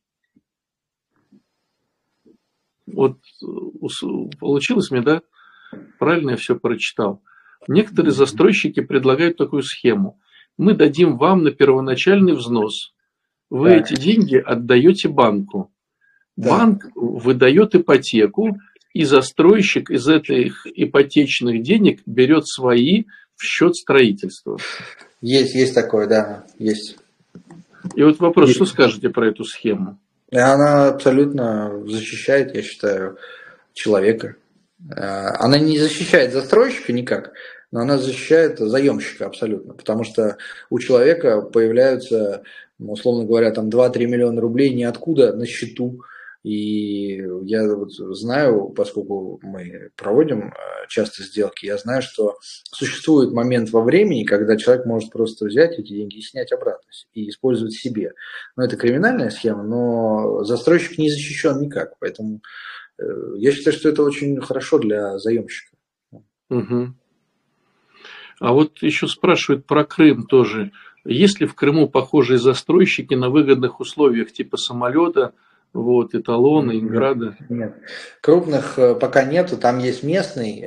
Вот получилось мне, да? Правильно я все прочитал. Некоторые застройщики предлагают такую схему. Мы дадим вам на первоначальный взнос. Вы так. эти деньги отдаете банку. Так. Банк выдает ипотеку, и застройщик из этих ипотечных денег берет свои в счет строительства. Есть, есть такое, да, есть. И вот вопрос, есть. Что скажете про эту схему? Она абсолютно защищает, я считаю, человека. Она не защищает застройщика никак, но она защищает заемщика абсолютно, потому что у человека появляются, условно говоря, там два-три миллиона рублей ниоткуда на счету, И я вот знаю, поскольку мы проводим часто сделки, я знаю, что существует момент во времени, когда человек может просто взять эти деньги и снять обратно, и использовать себе. Но это криминальная схема, но застройщик не защищен никак. Поэтому я считаю, что это очень хорошо для заемщика. Угу. А вот еще спрашивают про Крым тоже. Есть ли в Крыму похожие застройщики на выгодных условиях типа самолета, вот, Эталона, Инграда? Нет, нет. Крупных пока нету, там есть местный.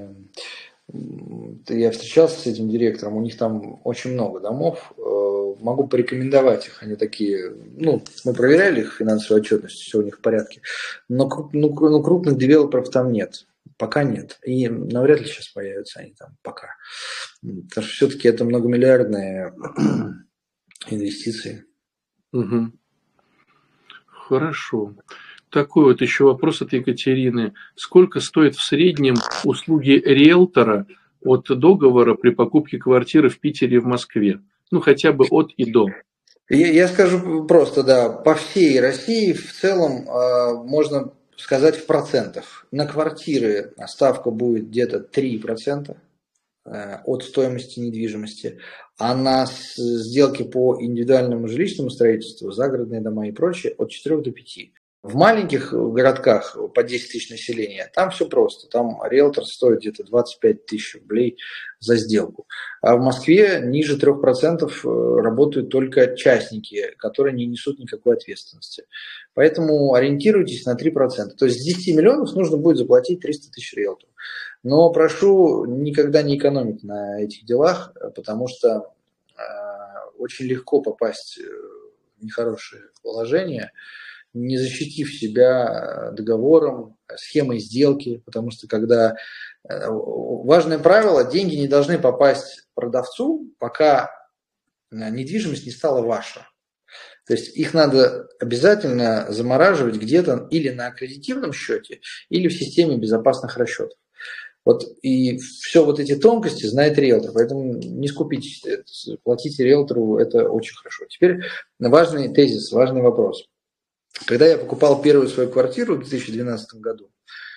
Я встречался с этим директором, у них там очень много домов. Могу порекомендовать их, они такие, ну, мы проверяли их финансовую отчетность, все у них в порядке. Но ну, ну, крупных девелоперов там нет. Пока нет. И навряд ли сейчас появятся они там пока. Потому что все-таки это многомиллиардные инвестиции. Угу. Хорошо. Такой вот еще вопрос от Екатерины. Сколько стоит в среднем услуги риэлтора от договора при покупке квартиры в Питере и в Москве? Ну, хотя бы от и до. Я, я скажу просто, да, по всей России в целом э, можно сказать в процентах. На квартиры ставка будет где-то три процента э, от стоимости недвижимости, а на сделки по индивидуальному жилищному строительству, загородные дома и прочее от четырёх до пяти. В маленьких городках по десять тысяч населения там все просто. Там риэлтор стоит где-то двадцать пять тысяч рублей за сделку. А в Москве ниже трех процентов работают только частники, которые не несут никакой ответственности. Поэтому ориентируйтесь на три процента. То есть с десяти миллионов нужно будет заплатить триста тысяч риэлтору. Но прошу никогда не экономить на этих делах, потому что э, очень легко попасть в нехорошее положение, не защитив себя договором, схемой сделки, потому что когда важное правило, деньги не должны попасть продавцу, пока недвижимость не стала ваша. То есть их надо обязательно замораживать где-то или на аккредитивном счете, или в системе безопасных расчетов. Вот и все вот эти тонкости знает риэлтор, поэтому не скупитесь, платите риэлтору, это очень хорошо. Теперь важный тезис, важный вопрос. Когда я покупал первую свою квартиру в две тысячи двенадцатом году,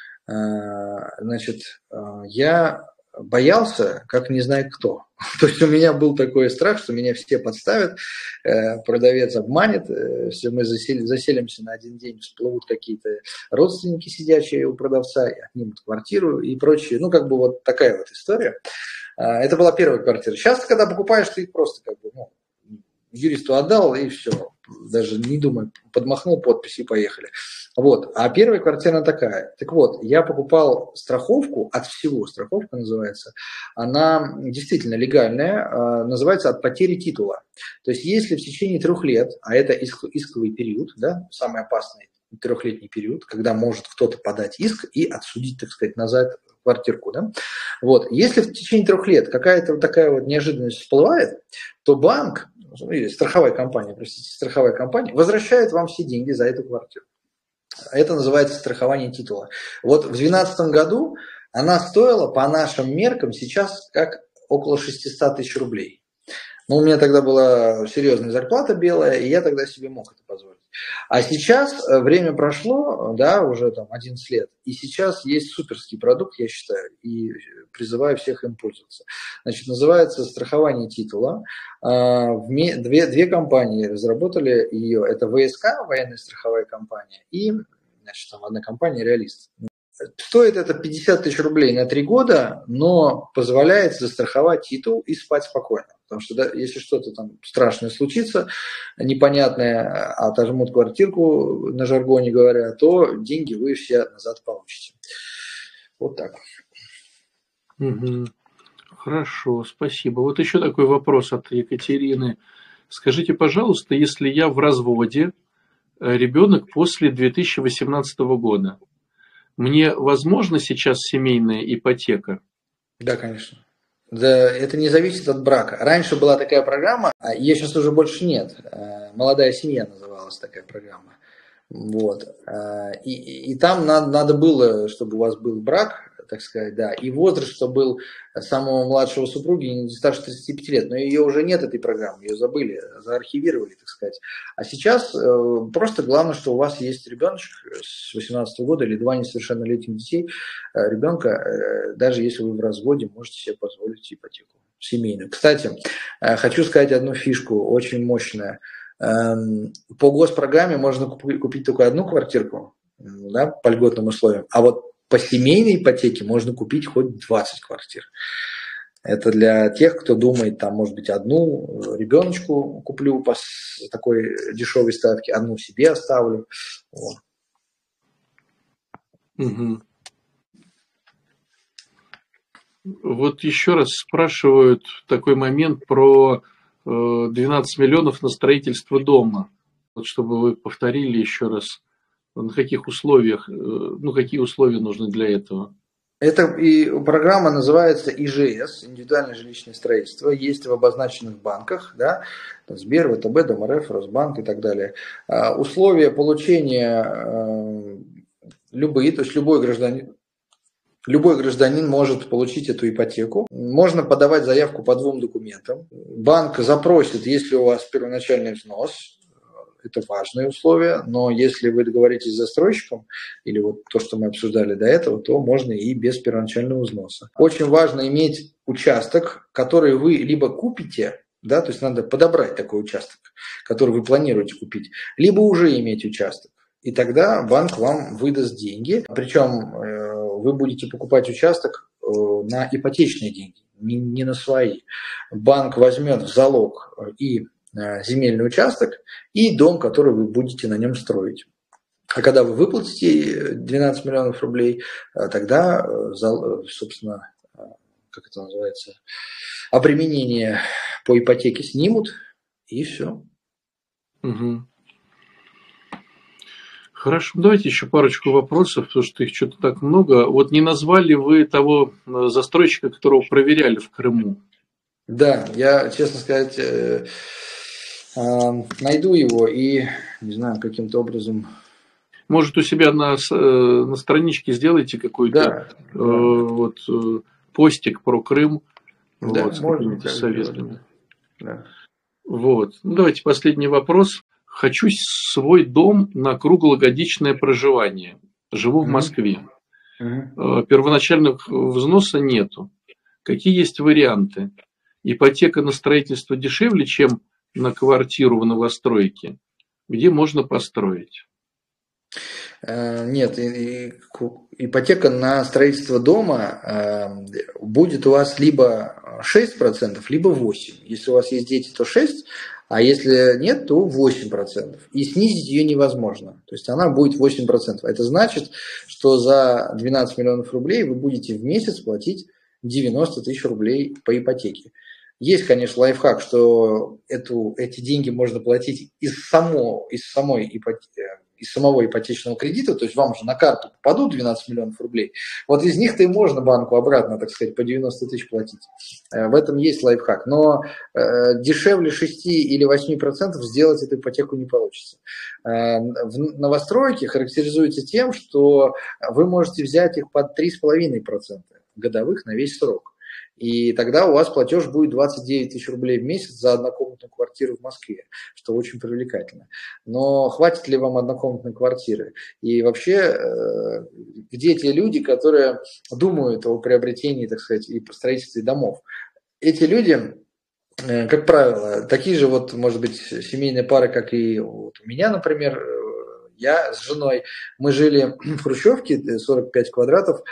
значит, я боялся, как не знаю кто. То есть у меня был такой страх, что меня все подставят, продавец обманет, если мы заселимся на один день, всплывут какие-то родственники, сидящие у продавца, и отнимут квартиру и прочее. Ну, как бы вот такая вот история. Это была первая квартира. Сейчас, когда покупаешь, ты их просто как бы, ну, юристу отдал, и все. Даже не думай, подмахнул подпись и поехали. Вот. А первая квартира она такая. Так вот, я покупал страховку от всего, страховка называется. Она действительно легальная, называется от потери титула. То есть, если в течение трех лет, а это исковый период, да, самый опасный трехлетний период, когда может кто-то подать иск и отсудить, так сказать, назад квартирку, да, вот, если в течение трех лет какая-то вот такая вот неожиданность всплывает, то банк, или страховая компания, простите, страховая компания возвращает вам все деньги за эту квартиру. Это называется страхование титула. Вот в две тысячи двенадцатом году она стоила по нашим меркам сейчас как около шестьсот тысяч рублей. Но у меня тогда была серьезная зарплата белая, и я тогда себе мог это позволить. А сейчас время прошло, да, уже там одиннадцать лет, и сейчас есть суперский продукт, я считаю, и призываю всех им пользоваться. Значит, называется страхование титула. Две, две компании разработали ее, это ВСК, военная страховая компания, и, значит, там одна компания «Реалист». Стоит это пятьдесят тысяч рублей на три года, но позволяет застраховать титул и спать спокойно. Потому что да, если что-то там страшное случится, непонятное, отожмут квартирку, на жаргоне говоря, то деньги вы все назад получите. Вот так. Угу. Хорошо, спасибо. Вот еще такой вопрос от Екатерины. Скажите, пожалуйста, если я в разводе, ребенок после две тысячи восемнадцатого года, мне возможна сейчас семейная ипотека? Да, конечно. Да, это не зависит от брака. Раньше была такая программа, а ее сейчас уже больше нет. «Молодая семья» называлась такая программа. Вот. И, и там надо, надо было, чтобы у вас был брак, так сказать, да, и возраст, что был самого младшего супруги, не старше тридцати пяти лет, но ее уже нет, этой программы, ее забыли, заархивировали, так сказать. А сейчас э, просто главное, что у вас есть ребеночек с восемнадцатого года или два несовершеннолетних детей, э, ребенка, э, даже если вы в разводе, можете себе позволить ипотеку семейную. Кстати, э, хочу сказать одну фишку, очень мощная. Э, по госпрограмме можно купить, купить только одну квартирку, да, по льготным условиям, а вот по семейной ипотеке можно купить хоть двадцать квартир. Это для тех, кто думает, там, может быть, одну ребеночку куплю по такой дешевой ставке, одну себе оставлю. Вот. Угу. Вот еще раз спрашивают такой момент про двенадцать миллионов на строительство дома. Вот чтобы вы повторили еще раз, на каких условиях, ну, какие условия нужны для этого? Эта и программа называется И Ж С, индивидуальное жилищное строительство, есть в обозначенных банках, да, Сбер, ВТБ, ДМРФ, Росбанк и так далее. А, условия получения э, любые, то есть любой гражданин, любой гражданин может получить эту ипотеку. Можно подавать заявку по двум документам. Банк запросит, если у вас первоначальный взнос. Это важные условия, но если вы договоритесь с застройщиком, или вот то, что мы обсуждали до этого, то можно и без первоначального взноса. Очень важно иметь участок, который вы либо купите, да, то есть надо подобрать такой участок, который вы планируете купить, либо уже иметь участок. И тогда банк вам выдаст деньги, причем вы будете покупать участок на ипотечные деньги, не на свои. Банк возьмет в залог и земельный участок и дом, который вы будете на нем строить. А когда вы выплатите двенадцать миллионов рублей, тогда, собственно, как это называется, обременение по ипотеке снимут, и все. Угу. Хорошо, давайте еще парочку вопросов, потому что их что-то так много. Вот не назвали вы того застройщика, которого проверяли в Крыму? Да, я, честно сказать, найду его и, не знаю, каким-то образом... Может, у себя на, на страничке сделайте какой-то да, э, да. вот, постик про Крым, да, вот, с какими-то советами. Да. Вот. Ну, давайте последний вопрос. Хочу свой дом на круглогодичное проживание. Живу в Москве. Mm-hmm. Первоначального взноса нету. Какие есть варианты? Ипотека на строительство дешевле, чем на квартиру в новостройке? Где можно построить? Нет, ипотека на строительство дома будет у вас либо шесть процентов, либо восемь процентов. Если у вас есть дети, то шесть процентов, а если нет, то восемь процентов. И снизить ее невозможно. То есть она будет восемь процентов. Это значит, что за двенадцать миллионов рублей вы будете в месяц платить девяносто тысяч рублей по ипотеке. Есть, конечно, лайфхак, что эту, эти деньги можно платить из, само, из, самой ипотеки, из самого ипотечного кредита, то есть вам же на карту попадут двенадцать миллионов рублей, вот из них-то и можно банку обратно, так сказать, по девяносто тысяч платить. В этом есть лайфхак. Но э, дешевле шести или восьми процентов сделать эту ипотеку не получится. Э, в новостройке характеризуется тем, что вы можете взять их под три целых пять десятых процента годовых на весь срок. И тогда у вас платеж будет двадцать девять тысяч рублей в месяц за однокомнатную квартиру в Москве, что очень привлекательно. Но хватит ли вам однокомнатной квартиры? И вообще, где те люди, которые думают о приобретении, так сказать, и строительстве домов? Эти люди, как правило, такие же, вот, может быть, семейные пары, как и вот у меня, например, я с женой, мы жили в хрущевке, сорок пять квадратов,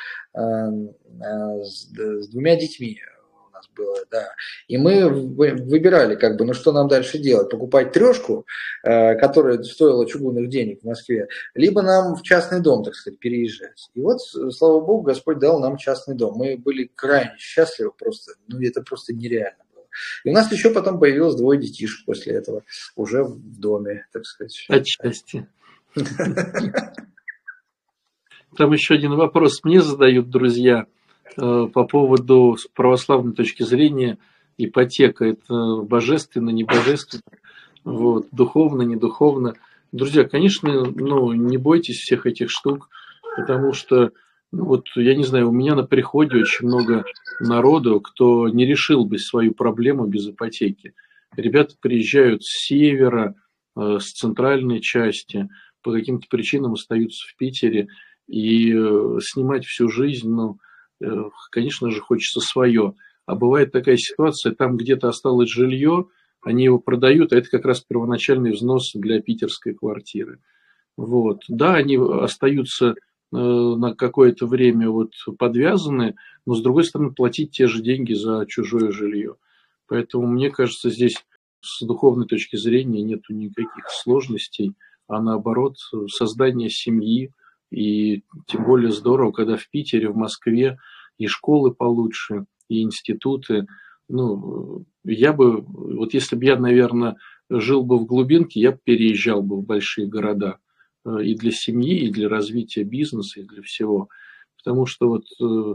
с двумя детьми у нас было, да. И мы выбирали, как бы, ну что нам дальше делать? Покупать трешку, которая стоила чугунных денег в Москве, либо нам в частный дом, так сказать, переезжать. И вот, слава богу, Господь дал нам частный дом. Мы были крайне счастливы просто, ну это просто нереально было. И у нас еще потом появилось двое детишек после этого, уже в доме, так сказать. Отчасти. Там еще один вопрос мне задают друзья по поводу с православной точки зрения ипотека. Это божественно, не божественно, вот, духовно, не духовно. Друзья, конечно, ну, не бойтесь всех этих штук, потому что Ну, вот, я не знаю, у меня на приходе очень много народу, кто не решил бы свою проблему без ипотеки. Ребята приезжают с севера, э, с центральной части, по каким-то причинам остаются в Питере, и э, снимать всю жизнь, ну, э, конечно же, хочется свое. А бывает такая ситуация, там где-то осталось жилье, они его продают, а это как раз первоначальный взнос для питерской квартиры. Вот. Да, они остаются э, на какое-то время вот подвязаны, но с другой стороны платить те же деньги за чужое жилье. Поэтому мне кажется, здесь с духовной точки зрения нету никаких сложностей, а наоборот создание семьи, и тем более здорово, когда в Питере, в Москве и школы получше, и институты. Ну, я бы, вот если бы я, наверное, жил бы в глубинке, я бы переезжал бы в большие города и для семьи, и для развития бизнеса, и для всего. Потому что вот, ну,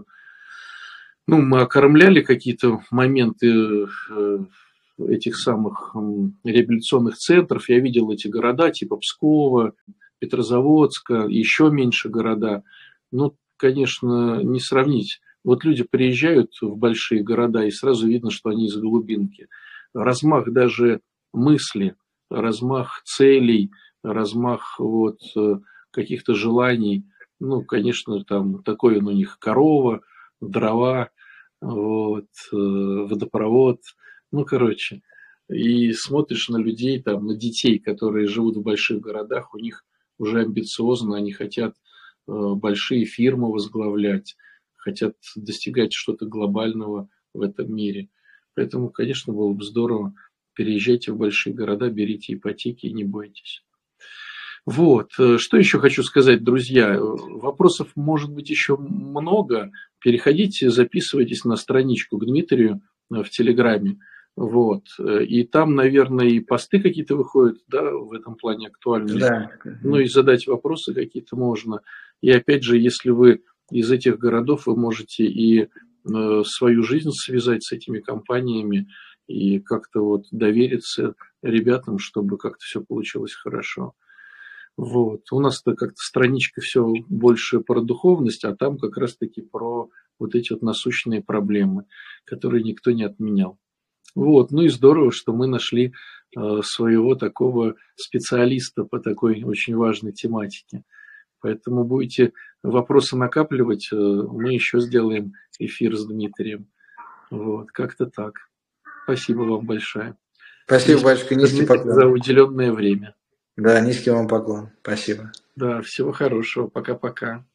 мы окормляли какие-то моменты этих самых реабилитационных центров. Я видел эти города типа Пскова, Петрозаводска, еще меньше города. Ну, конечно, не сравнить. Вот люди приезжают в большие города, и сразу видно, что они из глубинки. Размах даже мысли, размах целей, размах вот каких-то желаний. Ну, конечно, там такой он у них: корова, дрова, вот, водопровод. Ну, короче, и смотришь на людей, там, на детей, которые живут в больших городах, у них уже амбициозно, они хотят большие фирмы возглавлять, хотят достигать что-то глобального в этом мире. Поэтому, конечно, было бы здорово. Переезжайте в большие города, берите ипотеки и не бойтесь. Вот. Что еще хочу сказать, друзья? Вопросов может быть еще много. Переходите, записывайтесь на страничку к Дмитрию в Телеграме. Вот. И там, наверное, и посты какие-то выходят, да, в этом плане актуальные. Да. Ну и задать вопросы какие-то можно. И опять же, если вы из этих городов, вы можете и свою жизнь связать с этими компаниями и как-то вот довериться ребятам, чтобы как-то все получилось хорошо. Вот. У нас-то как-то страничка все больше про духовность, а там как раз-таки про вот эти вот насущные проблемы, которые никто не отменял. Вот. Ну и здорово, что мы нашли э, своего такого специалиста по такой очень важной тематике. Поэтому будете вопросы накапливать, э, мы еще сделаем эфир с Дмитрием. Вот. Как-то так. Спасибо вам большое. Спасибо, батюшка, низкий поклон. За уделенное время. Да, низкий вам поклон. Спасибо. Да, всего хорошего. Пока-пока.